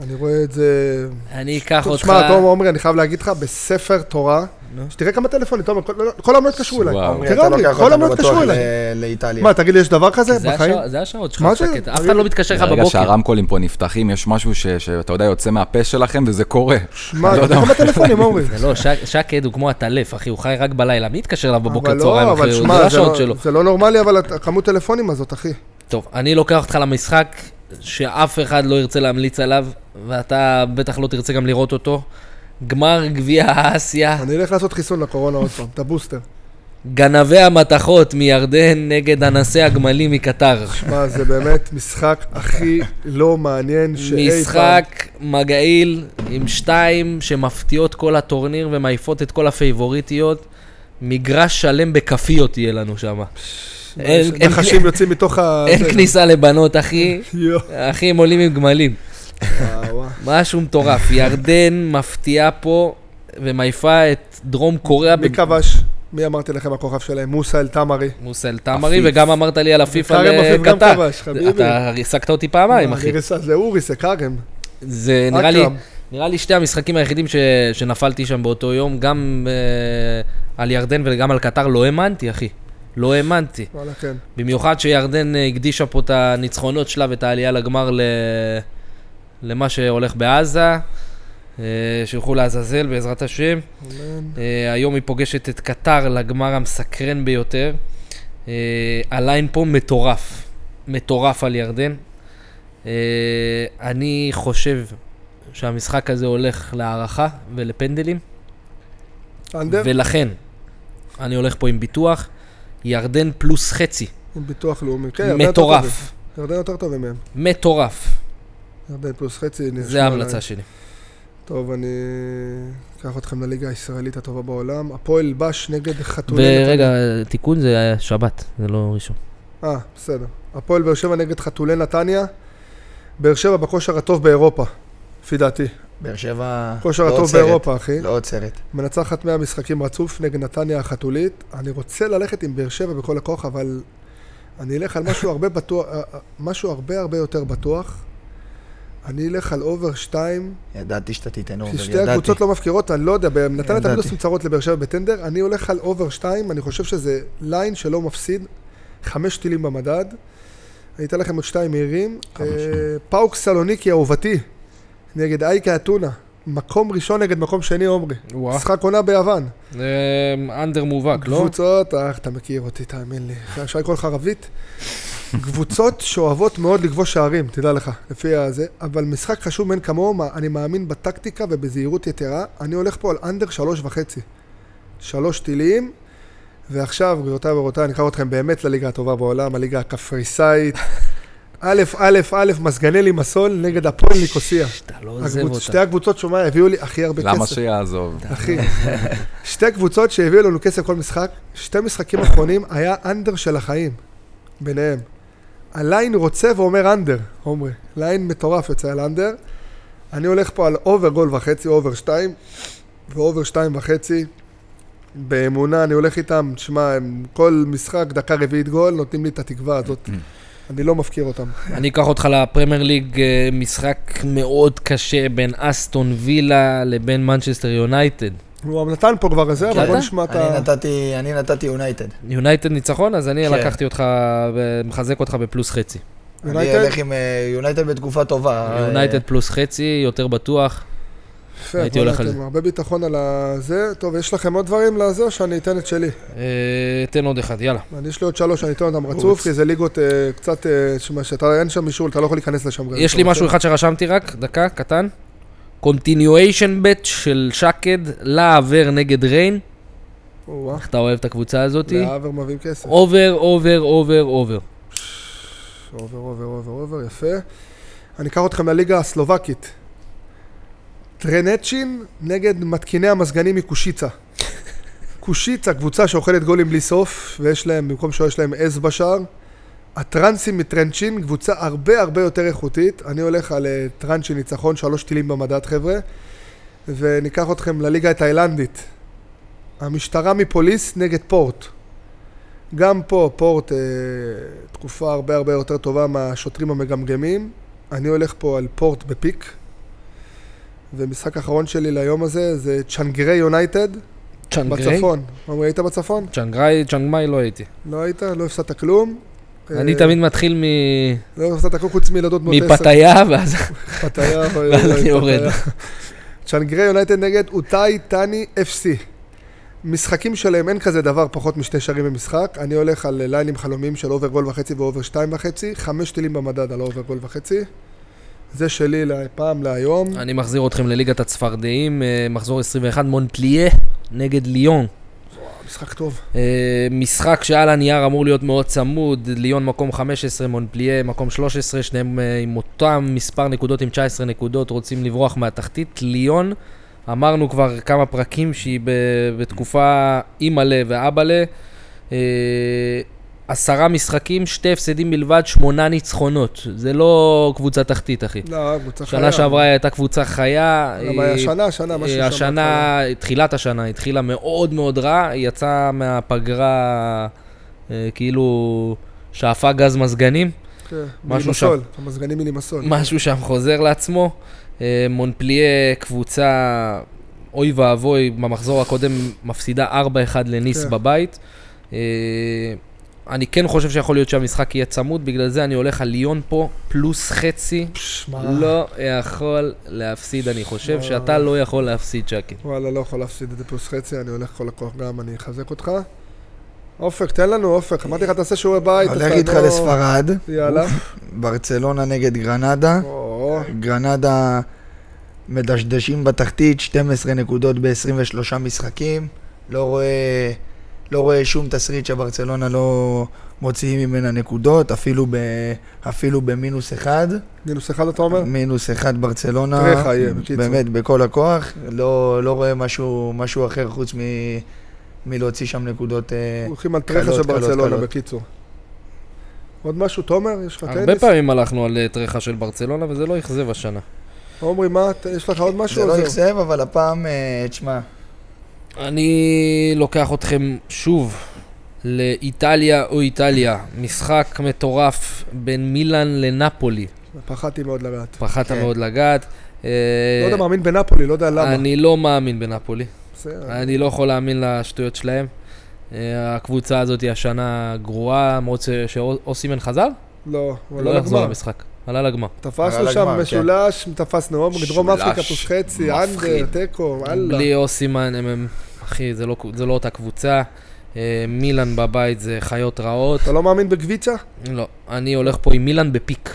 [SPEAKER 2] אני רואה את זה...
[SPEAKER 3] אני אקח אותך...
[SPEAKER 2] תשמע, תום עומרי, אני חייב להגיד לך, בספר תורה, שתראה כמה טלפונים, תום, כל העם לא התקשרו אליי.
[SPEAKER 1] וואו.
[SPEAKER 2] תראה עומרי, כל העם לא התקשרו אליי.
[SPEAKER 4] לאיטליה.
[SPEAKER 2] מה, תגיד לי, יש דבר כזה בחיים?
[SPEAKER 3] זה השעות שלך,
[SPEAKER 2] מה זה?
[SPEAKER 3] שקט. אף אחד לא מתקשר לך
[SPEAKER 1] ברגע
[SPEAKER 3] בבוקר.
[SPEAKER 1] שהרמקולים פה נפתחים, יש משהו שאתה יודע, יוצא מהפה שלכם, וזה קורה.
[SPEAKER 2] שמע, תראה כמה טלפונים, עומרי.
[SPEAKER 3] זה לא, שקד הוא כמו הטלף, אחי, הוא חי רק בלילה. מי יתקשר אליו בבוקר
[SPEAKER 2] אבל
[SPEAKER 3] צהריים,
[SPEAKER 2] לא,
[SPEAKER 3] אחי?
[SPEAKER 2] אבל
[SPEAKER 3] זה
[SPEAKER 2] שמע,
[SPEAKER 3] לא השעות שלו.
[SPEAKER 2] זה לא נורמלי, אבל כמות טלפונים הזאת, אחי.
[SPEAKER 3] טוב, אני לוקח אותך למשחק שאף אחד לא ירצה להמליץ עליו, ואתה בטח לא תרצה גם לראות אותו. גמר גביע האסיה,
[SPEAKER 2] אני אלך לעשות חיסון לקורונה עוד פעם, את הבוסטר.
[SPEAKER 3] גנבי המתכות מירדן נגד אנסי הגמלים מקטר.
[SPEAKER 2] שמע, זה באמת משחק הכי לא מעניין שאי פעם.
[SPEAKER 3] משחק מגעיל עם 2 שמפתיעות כל הטורניר ומעיפות את כל הפייבוריטיות. מגרש שלם בכפיות יהיה לנו שם.
[SPEAKER 2] נחשים יוצאים מתוך ה...
[SPEAKER 3] אין כניסה לבנות, אחי.
[SPEAKER 2] יו.
[SPEAKER 3] אחי, הם עולים עם גמלים.
[SPEAKER 2] וואו.
[SPEAKER 3] משהו מטורף. ירדן מפתיעה פה ומעיפה את דרום קוריאה.
[SPEAKER 2] מי כבש? מי אמרתי לכם הכוכב שלהם? מוסא אל-תמרי.
[SPEAKER 3] מוסא אל-תמרי, וגם אמרת לי על עפיף
[SPEAKER 2] קרם
[SPEAKER 3] על
[SPEAKER 2] אפיף גם
[SPEAKER 3] קטר.
[SPEAKER 2] כבש, חביבי.
[SPEAKER 3] אתה ריסקת אותי פעמיים, אחי.
[SPEAKER 2] זה אורי, זה קרם.
[SPEAKER 3] זה נראה לי 2 המשחקים היחידים שנפלתי שם באותו יום, גם על ירדן וגם על קטר, לא האמנתי, אחי. לא האמנתי.
[SPEAKER 2] וואלה, כן.
[SPEAKER 3] במיוחד שירדן הקדישה פה את הניצחונות שלה ואת העלייה לגמר למה שהולך בעזה, שילכו לעזאזל בעזרת השם. היום היא פוגשת את קטר לגמר המסקרן ביותר. הליין פה מטורף, מטורף על ירדן. אני חושב שהמשחק הזה הולך להערכה ולפנדלים,
[SPEAKER 2] אנדר?
[SPEAKER 3] ולכן אני הולך פה עם ביטוח, ירדן פלוס חצי.
[SPEAKER 2] עם ביטוח לאומי. כן, ירדן יותר
[SPEAKER 3] מטורף.
[SPEAKER 2] טובים. ירדן יותר טובים מהם.
[SPEAKER 3] מטורף.
[SPEAKER 2] ירדן פלוס חצי.
[SPEAKER 3] זה ההמלצה שלי.
[SPEAKER 2] טוב, אני אקח אתכם לליגה הישראלית הטובה בעולם. הפועל בש נגד חתולים.
[SPEAKER 3] ורגע, תיקון זה היה שבת, זה לא ראשון.
[SPEAKER 2] בסדר. הפועל באר שבע נגד חתולי נתניה. באר שבע בכושר הטוב באירופה, לפי דעתי.
[SPEAKER 4] באר שבע
[SPEAKER 2] כושר
[SPEAKER 4] לא
[SPEAKER 2] הטוב
[SPEAKER 4] עוצרת.
[SPEAKER 2] באירופה, אחי.
[SPEAKER 4] לא עוצרת.
[SPEAKER 2] מנצחת 100 משחקים רצוף נגד נתניה החתולית. אני רוצה ללכת עם באר שבע בכל הכוח, אבל אני אלך על משהו הרבה בטוח, משהו הרבה יותר בטוח. אני אלך על אובר 2.
[SPEAKER 4] ידעתי שאתה תיתן אובר,
[SPEAKER 2] שתי הקבוצות לא מפקירות, אני לא יודע, נתניה תמיד עושים צרות לבאר שבע בטנדר. אני הולך על אובר 2, אני חושב שזה ליין שלא מפסיד. 5 טילים במדד. אני אתן לכם עוד 2 מהירים. פאוק סלוניקי אהובתי, נגד אייקה אתונה. מקום ראשון נגד מקום שני, עומרי. משחק עונה ביוון.
[SPEAKER 3] אנדר מובהק, לא?
[SPEAKER 2] קבוצות, אתה מכיר אותי, תאמין לי. שי כל חרבית. קבוצות שאוהבות מאוד לגבוש שערים, תדע לך, לפי הזה. אבל משחק חשוב מן כמוהו, אני מאמין בטקטיקה ובזהירות יתרה. אני הולך פה על אנדר 3.5. 3 טילים. ועכשיו, גבירותיי ורבותיי, אני אקח אתכם באמת לליגה הטובה בעולם, הליגה הקפריסאית. א', מסגנלי מסול נגד הפועל ניקוסיה.
[SPEAKER 3] אתה לא עוזב אותה.
[SPEAKER 2] שתי הקבוצות שומע, הביאו לי הכי הרבה כסף.
[SPEAKER 1] למה שיעזוב?
[SPEAKER 2] אחי, 2 קבוצות שהביאו לנו כסף כל משחק, 2 משחקים אחרונים היה אנדר של החיים, ביניהם. הליין רוצה ואומר אנדר, עומרי. ליין מטורף יוצא על אנדר. אני הולך פה על אובר גול וחצי, אובר 2, ואובר 2.5. באמונה אני הולך איתם, תשמע, כל משחק, דקה רביעית גול, נותנים לי את התקווה הזאת. אני לא מפקיר אותם.
[SPEAKER 3] אני אקח אותך לפרמייר ליג, משחק מאוד קשה בין אסטון וילה לבין מנצ'סטר יונייטד.
[SPEAKER 2] הוא נתן פה כבר הזה, אבל בוא נשמע את ה...
[SPEAKER 4] אני נתתי יונייטד.
[SPEAKER 3] יונייטד ניצחון, אז אני לקחתי אותך, מחזק אותך בפלוס חצי.
[SPEAKER 4] אני הולך עם יונייטד בתקופה טובה.
[SPEAKER 3] יונייטד פלוס חצי, יותר בטוח. הייתי הולך על זה.
[SPEAKER 2] הרבה ביטחון על זה. טוב, יש לכם עוד דברים לזה או שאני אתן את שלי?
[SPEAKER 3] תן עוד אחד, יאללה.
[SPEAKER 2] יש לי עוד 3, אני אתן אותם רצוף, כי זה ליגות קצת, שאתה אין שם מישהו, אתה לא יכול להיכנס לשם.
[SPEAKER 3] יש לי משהו אחד שרשמתי רק, דקה, קטן. Continuation bet של שקד, לעבר נגד ריין. איך אתה אוהב את הקבוצה הזאת?
[SPEAKER 2] לעבר מביאים כסף.
[SPEAKER 3] אובר.
[SPEAKER 2] אובר, יפה. אני אקח אתכם לליגה הסלובקית. טרנצ'ין נגד מתקיני המזגנים מקושיצה. קושיצה, קבוצה שאוכלת גולים בלי סוף, ויש להם, במקום שיש להם עז בשער. הטרנסים מטרנצ'ין, קבוצה הרבה יותר איכותית. אני הולך על טרנצ'ין ניצחון, 3 טילים במדד, חבר'ה. וניקח אתכם לליגה התאילנדית. המשטרה מפוליס נגד פורט. גם פה פורט תקופה הרבה יותר טובה מהשוטרים המגמגמים. אני הולך פה על פורט בפיק. ומשחק האחרון שלי ליום הזה זה צ'אנגרי יונייטד.
[SPEAKER 3] צ'אנגרי?
[SPEAKER 2] בצפון. עמרי, היית בצפון?
[SPEAKER 3] צ'אנגמאי לא הייתי.
[SPEAKER 2] לא היית? לא הפסדת כלום?
[SPEAKER 3] אני תמיד מתחיל
[SPEAKER 2] לא הפסדת כלום חוץ מילדות מות 10.
[SPEAKER 3] מפתיה, ואז אני יורד.
[SPEAKER 2] צ'אנגרי יונייטד נגד אוטאי טאני FC. משחקים שלהם אין כזה דבר פחות משני שערים במשחק. אני הולך על ליינים חלומיים של אובר גול וחצי ואובר 2.5. 5 טילים במדד על האובר גול וחצי. זה שלי פעם להיום.
[SPEAKER 3] אני מחזיר אתכם לליגת הצפרדעים, מחזור 21, מונפליה נגד ליון.
[SPEAKER 2] משחק טוב.
[SPEAKER 3] משחק שעל הנייר אמור להיות מאוד צמוד, ליון מקום 15, מונפליה מקום 13, שניהם עם אותם מספר נקודות, עם 19 נקודות, רוצים לברוח מהתחתית. ליון, אמרנו כבר כמה פרקים שהיא בתקופה אימאלה ואבאלה, 10 משחקים, 2 הפסדים בלבד, 8 ניצחונות. זה לא קבוצה תחתית, אחי.
[SPEAKER 2] לא, קבוצה חיה.
[SPEAKER 3] שנה שעברה הייתה קבוצה חיה.
[SPEAKER 2] השנה,
[SPEAKER 3] תחילת השנה, התחילה מאוד מאוד רע, היא יצאה מהפגרה, כאילו, שאפה גז מזגנים.
[SPEAKER 2] כן, מילימסול, המזגנים מילימסול.
[SPEAKER 3] משהו שם חוזר לעצמו. מונפליה, קבוצה, אוי ואבוי, במחזור הקודם מפסידה 4-1 לניס בבית. אני כן חושב שיכול להיות שהמשחק יהיה צמוד, בגלל זה אני הולך על ליון פה, פלוס חצי, לא יכול להפסיד, אני חושב שאתה לא יכול להפסיד, צ'קי.
[SPEAKER 2] וואלה, לא יכול להפסיד את זה פלוס חצי, אני הולך כל הכוח גם, אני אחזק אותך. אופק, תן לנו אופק, אמרתי לך, תעשה שיעורי בית.
[SPEAKER 4] הולך איתך לספרד,
[SPEAKER 2] יאללה.
[SPEAKER 4] ברצלונה נגד גרנדה, גרנדה מדשדשים בתחתית, 12 נקודות ב-23 משחקים, לא רואה שום תסריט שברצלונה לא מוציאים ממנה נקודות, אפילו במינוס 1.
[SPEAKER 2] מינוס 1 אתה אומר?
[SPEAKER 4] מינוס 1 ברצלונה,
[SPEAKER 2] טרחה יהיה, בקיצור.
[SPEAKER 4] באמת, בכל הכוח, לא רואה משהו אחר חוץ מלהוציא שם נקודות
[SPEAKER 2] הולכים על טרחה של ברצלונה, בקיצור. עוד משהו, תומר? יש לך טניס?
[SPEAKER 3] הרבה פעמים הלכנו על טרחה של ברצלונה, וזה לא יחזב השנה.
[SPEAKER 2] עומרי, מה? יש לך עוד משהו?
[SPEAKER 4] זה לא יחזב, אבל הפעם, תשמע.
[SPEAKER 3] אני לוקח אתכם שוב לאיטליה או איטליה. משחק מטורף בין מילאן לנפולי.
[SPEAKER 2] פחדתי מאוד לגעת.
[SPEAKER 3] פחדת מאוד לגעת.
[SPEAKER 2] לא יודע, מאמין בנפולי, לא יודע למה.
[SPEAKER 3] אני לא מאמין בנפולי. אני לא יכול להאמין לשטויות שלהם. הקבוצה הזאת היא השנה גרועה, מאוד שאוסימן חזר?
[SPEAKER 2] לא,
[SPEAKER 3] לא יחזור למשחק. עלה לגמר.
[SPEAKER 2] תפסנו שם משולש, תפסנו דרום אפריקה פלוס חצי, אנדר, טקו, אללה.
[SPEAKER 3] בלי אוסימן, אחי, זה לא אותה קבוצה. מילאן בבית זה חיות רעות.
[SPEAKER 2] אתה לא מאמין בקביצה?
[SPEAKER 3] לא, אני הולך פה עם מילאן בפיק.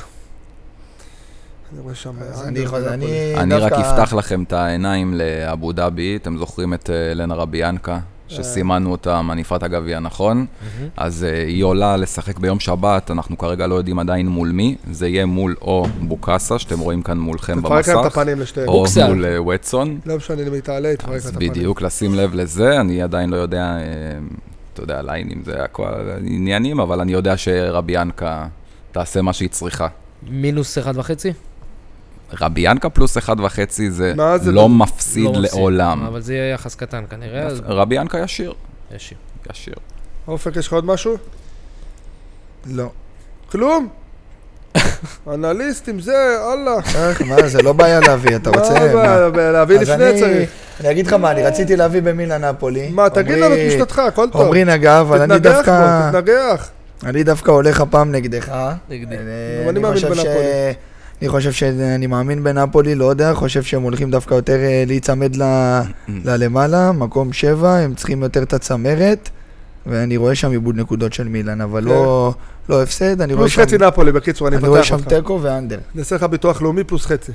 [SPEAKER 1] אני רק אפתח לכם את העיניים לאבו דאבי, אתם זוכרים את לנה רביאנקה, שסימנו אותה מניפת הגביע, נכון? אז היא עולה לשחק ביום שבת, אנחנו כרגע לא יודעים עדיין מול מי, זה יהיה מול או בוקאסה, שאתם רואים כאן מולכם במסך, או מול ווטסון.
[SPEAKER 2] לא משנה, אם היא תעלה, תפרק את הפנים.
[SPEAKER 1] בדיוק, לשים לב לזה, אני עדיין לא יודע, אתה יודע, ליינים זה הכל עניינים, אבל אני יודע שרביאנקה תעשה מה שהיא צריכה.
[SPEAKER 3] מינוס 1.5?
[SPEAKER 1] רביאנקה פלוס 1.5 זה לא מפסיד לעולם.
[SPEAKER 3] אבל זה יהיה יחס קטן כנראה.
[SPEAKER 1] רביאנקה ישיר.
[SPEAKER 3] ישיר.
[SPEAKER 2] אופק, יש לך עוד משהו?
[SPEAKER 4] לא.
[SPEAKER 2] כלום? אנליסט עם זה, אללה.
[SPEAKER 4] מה, זה לא בעיה להביא, אתה רוצה?
[SPEAKER 2] להביא לפני צריך.
[SPEAKER 4] אני אגיד לך מה, אני רציתי להביא במילאן נפולי.
[SPEAKER 2] מה, תגיד לנו את משנתך, הכל טוב.
[SPEAKER 4] עומרי נגע, אבל אני דווקא...
[SPEAKER 2] תתנגח.
[SPEAKER 4] אני דווקא הולך הפעם נגדך.
[SPEAKER 3] נגדי.
[SPEAKER 2] אני מאמין בנפולי.
[SPEAKER 4] אני חושב שאני מאמין בנפולי, לא יודע, חושב שהם הולכים דווקא יותר להיצמד ללמעלה, מקום 7, הם צריכים יותר את הצמרת, ואני רואה שם איבוד נקודות של מילאן, אבל לא הפסד, אני רואה שם...
[SPEAKER 2] פלוס חצי נפולי, בקיצור, אני
[SPEAKER 4] רואה שם טקו ואנדר.
[SPEAKER 2] נעשה לך ביטוח לאומי פלוס חצי.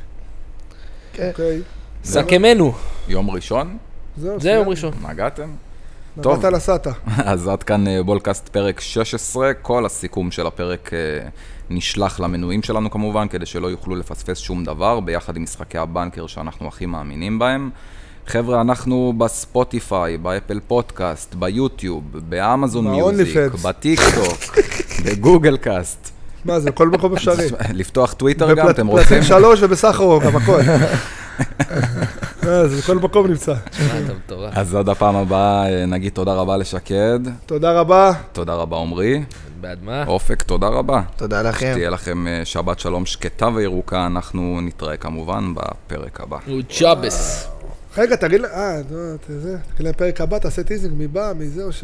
[SPEAKER 3] סכמנו.
[SPEAKER 1] יום ראשון?
[SPEAKER 3] זה יום ראשון.
[SPEAKER 1] נגעתם?
[SPEAKER 2] נגעת לסאטה.
[SPEAKER 1] אז עד כאן בולקאסט פרק 16, כל הסיכום של הפרק נשלח למנויים שלנו כמובן, כדי שלא יוכלו לפספס שום דבר, ביחד עם משחקי הבנקר שאנחנו הכי מאמינים בהם. חבר'ה, אנחנו בספוטיפיי, באפל פודקאסט, ביוטיוב, באמזון מיוזיק, בטיקטוק, בגוגל קאסט.
[SPEAKER 2] מה זה, כל מקום אפשרי.
[SPEAKER 1] לפתוח טוויטר גם, אתם רוצים?
[SPEAKER 2] בפלטין 3 ובסחרוב, גם הכל. זה בכל מקום נמצא.
[SPEAKER 3] תשמע, אתה מטורף.
[SPEAKER 1] אז עד הפעם הבאה נגיד תודה רבה לשקד.
[SPEAKER 2] תודה רבה.
[SPEAKER 1] תודה רבה עומרי.
[SPEAKER 3] בעד מה?
[SPEAKER 1] אופק, תודה רבה.
[SPEAKER 4] תודה לכם.
[SPEAKER 1] שתהיה לכם שבת שלום שקטה וירוקה, אנחנו נתראה כמובן בפרק הבא.
[SPEAKER 3] צ'אבס.
[SPEAKER 2] רגע, תגיד לה, תגיד להם פרק הבא, תעשה טיזינג, מי בא, מי זה או ש...